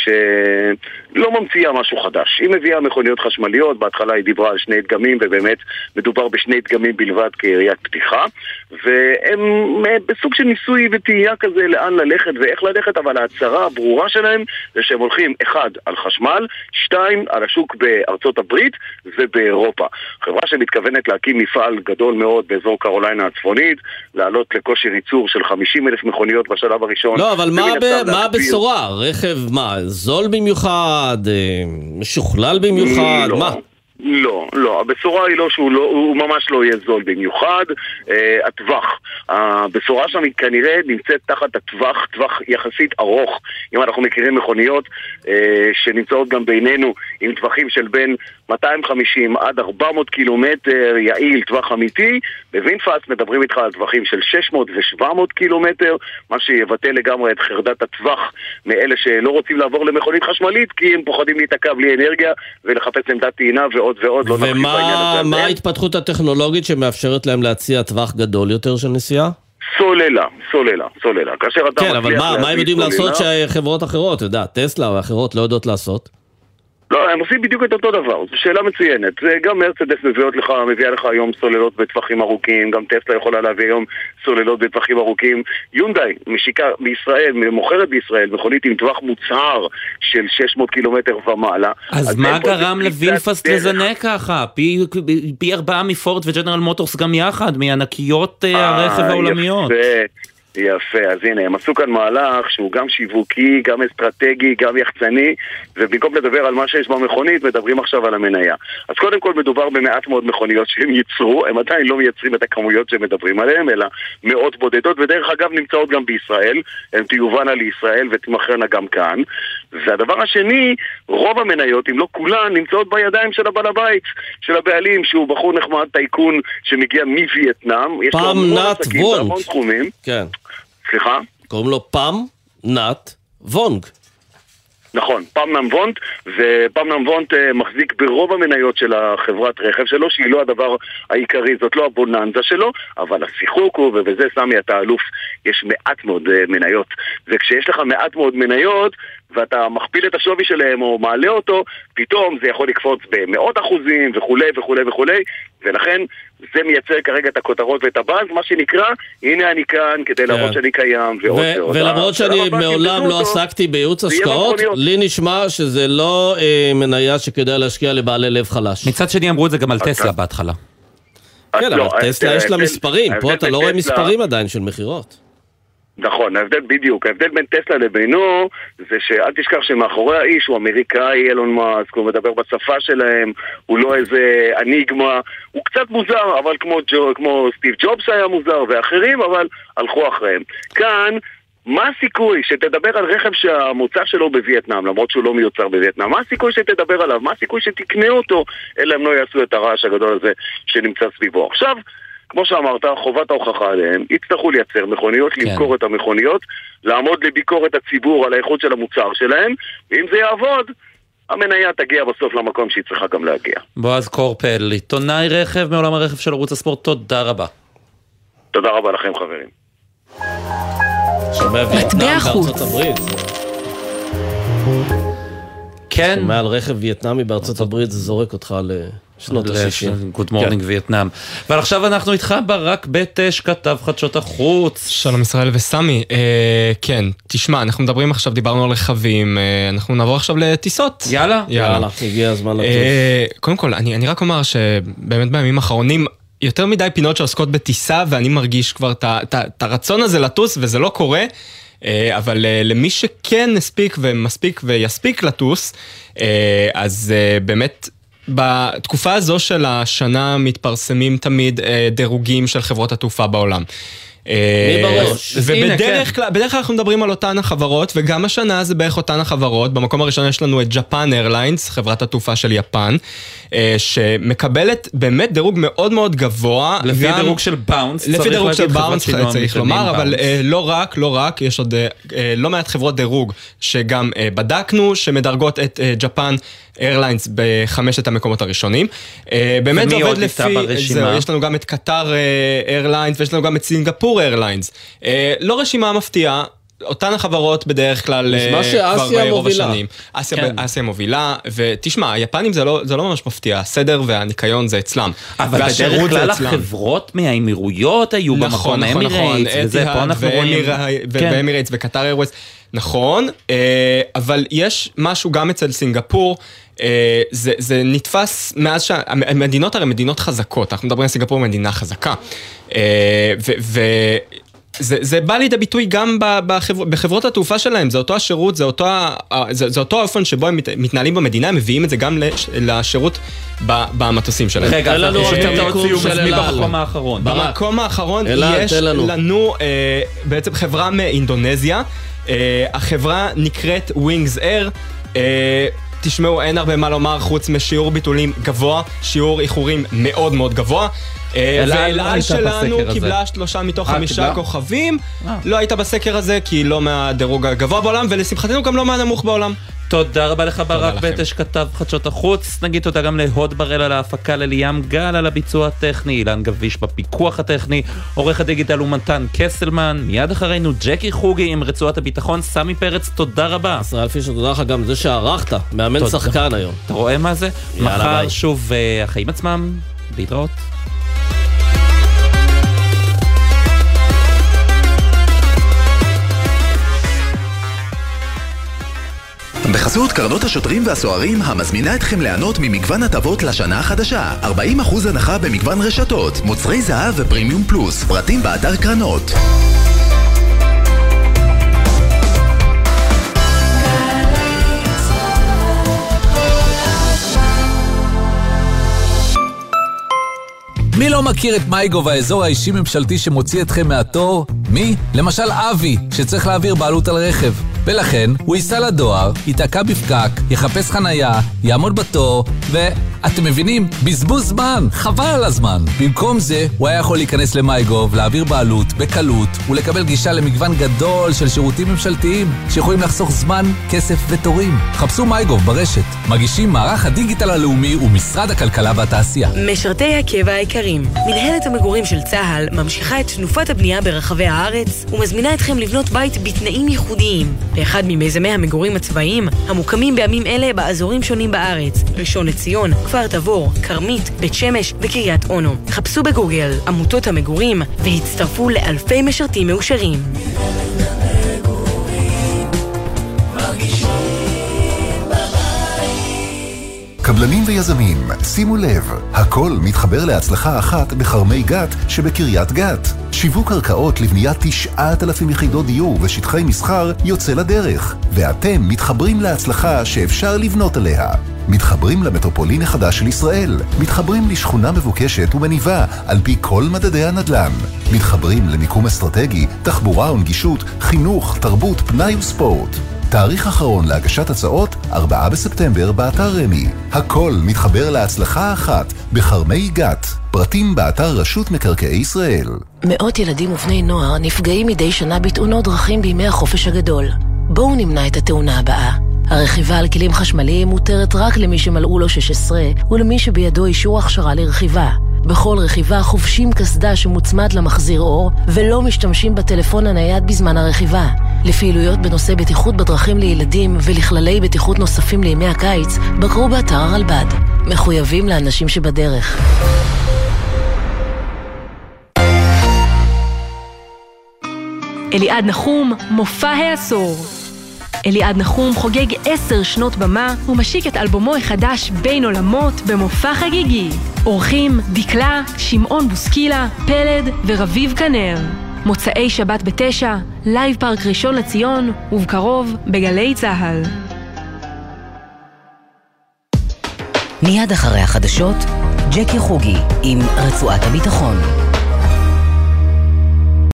שלא ממציאה משהו חדש. היא מביאה מכוניות חשמליות, בהתחלה היא דיברה על שני דגמים, ובאמת מדובר בשני דגמים בלבד כעיריית פתיחה, והם בסוג של ניסוי ותהייה כזה לאן ללכת ואיך ללכת, אבל ההצהרה הברורה שלהם זה שהם הולכים אחד על חשמל, שתיים על השוק בארצות הברית ובאירופה. חברה שמתכוונת להקים מפעל גדול מאוד באזור קרוליינה הצפונית, לעלות לכושר ייצור של חמישים אלף מכוניות בשלב הראשון. לא, אבל מה, ב- מה הבשורה? רכב מה? זול במיוחד? משוכלל במיוחד? לא. מה? לא, לא, הבשורה היא לא שהוא לא, הוא ממש לא יהיה זול במיוחד. אה, הטווח, הבשורה שם היא כנראה נמצאת תחת הטווח, טווח יחסית ארוך. אם אנחנו מכירים מכוניות אה, שנמצאות גם בינינו עם טווחים של בין מאתיים וחמישים עד ארבע מאות קילומטר יעיל, טווח אמיתי, בווינפסט מדברים איתך על טווחים של שש מאות ושבע מאות קילומטר, מה שיבטא לגמרי את חרדת הטווח מאלה שלא רוצים לעבור למכונית חשמלית, כי הם פוחדים להתעכב בלי אנרגיה ולחפש עמדת טעינה ועוד ועוד. ומה מה ההתפתחות הטכנולוגית שמאפשרת להם להציע טווח גדול יותר של נסיעה? סוללה, סוללה, סוללה. כן, אבל מה, מה הם יודעים לעשות שחברות אחרות, אתה יודע, טסלה ואחרות לא יודעות לעשות? לא, הם עושים בדיוק את אותו דבר, זו שאלה מצוינת. גם מרצדס מביאות לך, מביאה לך היום סוללות בטווחים ארוכים, גם טסלה יכולה להביא היום סוללות בטווחים ארוכים. יונדאי, משיקה בישראל, מוכרת בישראל, מכונית עם טווח מוצהר של שש מאות קילומטר ומעלה. אז, אז מה גרם לווינפסט לזנק ככה? פי, פי, פי ארבעה מפורד וג'נרל מוטורס גם יחד, מענקיות הרכב העולמיות. יפה. יפה, אז הנה, הם עשו כאן מהלך שהוא גם שיווקי, גם אסטרטגי, גם יחצני, ובמקום לדבר על מה שיש במכונית, מדברים עכשיו על המניה. אז קודם כל מדובר במעט מאוד מכוניות שהם ייצרו, הם עדיין לא מייצרים את הכמויות שמדברים עליהם, אלא מאות בודדות, ודרך אגב נמצאות גם בישראל, הן תיובנה לישראל ותמחרנה גם כאן. והדבר השני, רוב המניות, אם לא כולן, נמצאות בידיים של הבעל הבית, של הבעלים, שהוא בחור נחמד טייקון שמגיע מווייטנאם. פעם נאט וונג. כן. סליחה? קוראים לו פעם נאט וונג. נכון, פמנם וונט, ופמנם וונט מחזיק ברוב המניות של החברת רכב שלו, שהיא לא הדבר העיקרי, זאת לא הבוננזה שלו, אבל השיחוק הוא, ובזה סמי אתה אלוף, יש מעט מאוד מניות, וכשיש לך מעט מאוד מניות, ואתה מכפיל את השווי שלהם או מעלה אותו, פתאום זה יכול לקפוץ במאות אחוזים וכולי וכולי וכולי, ולכן זה מייצר כרגע את הכותרות ואת הבאז, מה שנקרא, הנה אני כאן כדי להראות שאני קיים ועוד ועוד. ולמרות שאני מעולם לא עסקתי בייעוץ השקעות, לי נשמע שזה לא מניה שכדאי להשקיע לבעלי לב חלש. מצד שני אמרו את זה גם על טסלה בהתחלה. כן, אבל טסלה יש לה מספרים, פה אתה לא רואה מספרים עדיין של מחירות. נכון, ההבדל בדיוק, ההבדל בין טסלה לבינו זה שאל תשכח שמאחורי האיש הוא אמריקאי, אילון מאסק, הוא מדבר בשפה שלהם, הוא לא איזה אניגמה, הוא קצת מוזר, אבל כמו, ג'ו, כמו סטיב ג'ובס היה מוזר ואחרים, אבל הלכו אחריהם. כאן, מה הסיכוי שתדבר על רכב שהמוצא שלו בווייטנאם, למרות שהוא לא מיוצר בווייטנאם? מה הסיכוי שתדבר עליו? מה הסיכוי שתקנה אותו, אלא הם לא יעשו את הרעש הגדול הזה שנמצא סביבו? עכשיו, כמו שאמרת, חובת ההוכחה עליהם, יצטרכו לייצר מכוניות, כן. למכור את המכוניות, לעמוד לביקורת הציבור על האיכות של המוצר שלהם, ואם זה יעבוד, המניה תגיע בסוף למקום שהיא צריכה גם להגיע. בועז קורפל, עיתונאי רכב מעולם הרכב של ערוץ הספורט, תודה רבה. תודה רבה לכם חברים. שומע וייטנאם בארצות הברית. כן. שומע על רכב וייטנאמי בארצות הברית, זה זורק אותך ל... שנות ה-שישים. Good morning וייטנאם. אבל עכשיו אנחנו איתך ברק בטש, כתב חדשות החוץ. שלום ישראל וסמי. אה, כן, תשמע, אנחנו מדברים עכשיו, דיברנו על רכבים, אה, אנחנו נעבור עכשיו לטיסות. יאללה. יאללה, יאללה. הגיע הזמן לטיס. אה, קודם כל, אני, אני רק אומר שבאמת בימים האחרונים, יותר מדי פינות שעוסקות בטיסה, ואני מרגיש כבר את הרצון הזה לטוס, וזה לא קורה. אבל למי שכן הספיק ומספיק ויספיק לטוס, אז באמת בתקופה הזו של השנה מתפרסמים תמיד דירוגים של חברות התעופה בעולם. מי בראש? ובדרך כלל, בדרך כלל אנחנו מדברים על אותן החברות, וגם השנה זה בערך אותן החברות. במקום הראשון יש לנו את ג'פן איירליינס, חברת התעופה של יפן, שמקבלת באמת דירוג מאוד מאוד גבוה. לפי דירוג של באונס, לפי דירוג של באונס צריך לומר, אבל לא רק, לא רק, יש עוד לא מעט חברות דירוג שגם בדקנו, שמדרגות את ג'פן איירליינס בחמשת המקומות הראשונים. באמת זה עובד לפי, יש לנו גם את קטר איירליינס, ויש לנו גם את סינגפור איירליינס. לא רשימה מפתיעה, אותן החברות בדרך כלל כבר רוב השנים. אסיה מובילה, ותשמע, היפנים זה לא ממש מפתיע, הסדר והניקיון זה אצלם. אבל בדרך כלל החברות מהאמירויות היו במקום, אמירייטס, וזה פה אנחנו רואים. ואמירייטס וקטר איירווייז, נכון, אבל יש משהו גם אצל סינגפור, זה, זה נתפס מאז שהמדינות הרי מדינות חזקות, אנחנו מדברים על סינגפור מדינה חזקה, ו... ו זה, זה בא לידי ביטוי גם בחבר, בחברות התעופה שלהם, זה אותו השירות, זה אותו, זה, זה אותו האופן שבו הם מתנהלים במדינה, מביאים את זה גם לשירות במטוסים שלהם. רגע, לנו עוד המיקום של אל על. במקום האחרון. במקום האחרון יש לנו אה, בעצם חברה מאינדונזיה, אה, החברה נקראת Wings Air, אה, תשמעו, אין הרבה מה לומר חוץ משיעור ביטולים גבוה, שיעור איחורים מאוד מאוד גבוה. ואל על שלנו קיבלה שלושה מתוך חמישה כוכבים, לא הייתה בסקר הזה כי לא מהדירוג הגבוה בעולם, ולשמחתנו גם לא מהנמוך בעולם. תודה רבה לך ברק בטש, כתב חדשות החוץ. נגיד תודה גם להוד בראל על ההפקה, לליאם גל על הביצוע הטכני, אילן גביש בפיקוח הטכני, עורך הדיגיטל ומתן קסלמן. מיד אחרינו ג'קי חוגי עם רצועת הביטחון. סמי פרץ, תודה רבה. ישראל פישר, תודה לך גם זה שערכת, מאמן שחקן היום. אתה רואה מה זה? מחר שוב החיים עצמם, להתראות. בחסות קרנות השוטרים והסוהרים המזמינה אתכם ליהנות ממגוון הטבות לשנה החדשה. ארבעים אחוז הנחה במגוון רשתות, מוצרי זהב ופרימיום פלוס, פרטים באתר קרנות. מי לא מכיר את מייגו והאזור האישי ממשלתי שמוציא אתכם מהתור? מי? למשל אבי, שצריך להעביר בעלות על רכב. ולכן הוא ייסע לדואר, ייתקע בפקק, יחפש חנייה, יעמוד בתור, ואתם מבינים? בזבוז זמן, חבל על הזמן. במקום זה, הוא היה יכול להיכנס למייגו ולהעביר בעלות בקלות, ולקבל גישה למגוון גדול של שירותים ממשלתיים, שיכולים לחסוך זמן, כסף ותורים. חפשו מייגו ברשת. מגישים מערך הדיגיטל הלאומי ומשרד הכלכלה והתעשייה. משרתי הקבע העיקרים. מנהלת המגורים של צה"ל ממשיכה את תנופת הבנייה ברחבי הארץ, ומזמינה אתכם לבנות בית בתנאים ייחודיים. לאחד ממיזמי המגורים הצבאיים, המוקמים בימים אלה באזורים שונים בארץ, ראשון לציון, כפר תבור, כרמית, בית שמש וקריית אונו. חפשו בגוגל עמותות המגורים והצטרפו לאלפי משרתים מאושרים. קבלנים ויזמים, שימו לב, הכל מתחבר להצלחה אחת בחרמי גת שבקריית גת. שיווק קרקעות לבניית תשעת אלפים יחידות דיור ושטחי מסחר יוצא לדרך, ואתם מתחברים להצלחה שאפשר לבנות עליה. מתחברים למטרופולין החדש של ישראל, מתחברים לשכונה מבוקשת ומניבה על פי כל מדדי הנדל"ן, מתחברים למיקום אסטרטגי, תחבורה ונגישות, חינוך, תרבות, פנאי וספורט. תאריך אחרון להגשת הצעות, ארבעה בספטמבר באתר רמי. הכל מתחבר להצלחה אחת בחרמי גת. פרטים באתר רשות מקרקעי ישראל. מאות ילדים ובני נוער נפגעים מדי שנה בתאונות דרכים בימי החופש הגדול. בואו נמנע את התאונה הבאה. הרכיבה על כלים חשמליים מותרת רק למי שמלאו לו שש עשרה ולמי שבידו אישור הכשרה לרכיבה. בכל רכיבה חובשים קסדה שמוצמד למחזיר אור ולא משתמשים בטלפון הנייד בזמן הרכיבה. לפעילויות בנושא בטיחות בדרכים לילדים ולכללי בטיחות נוספים לימי הקיץ בקרו באתר הרלב"ד. מחויבים לאנשים שבדרך. אליעד נחום, מופע העשור. אליעד נחום חוגג עשר שנות במה ומשיק את אלבומו החדש בין עולמות במופע חגיגי. אורחים דקלה, שמעון בוסקילה, פלד ורביב כנר. מוצאי שבת בתשע, לייב פארק ראשון לציון ובקרוב בגלי צהל. מיד אחרי החדשות, ג'קי חוגי עם רצועת הביטחון.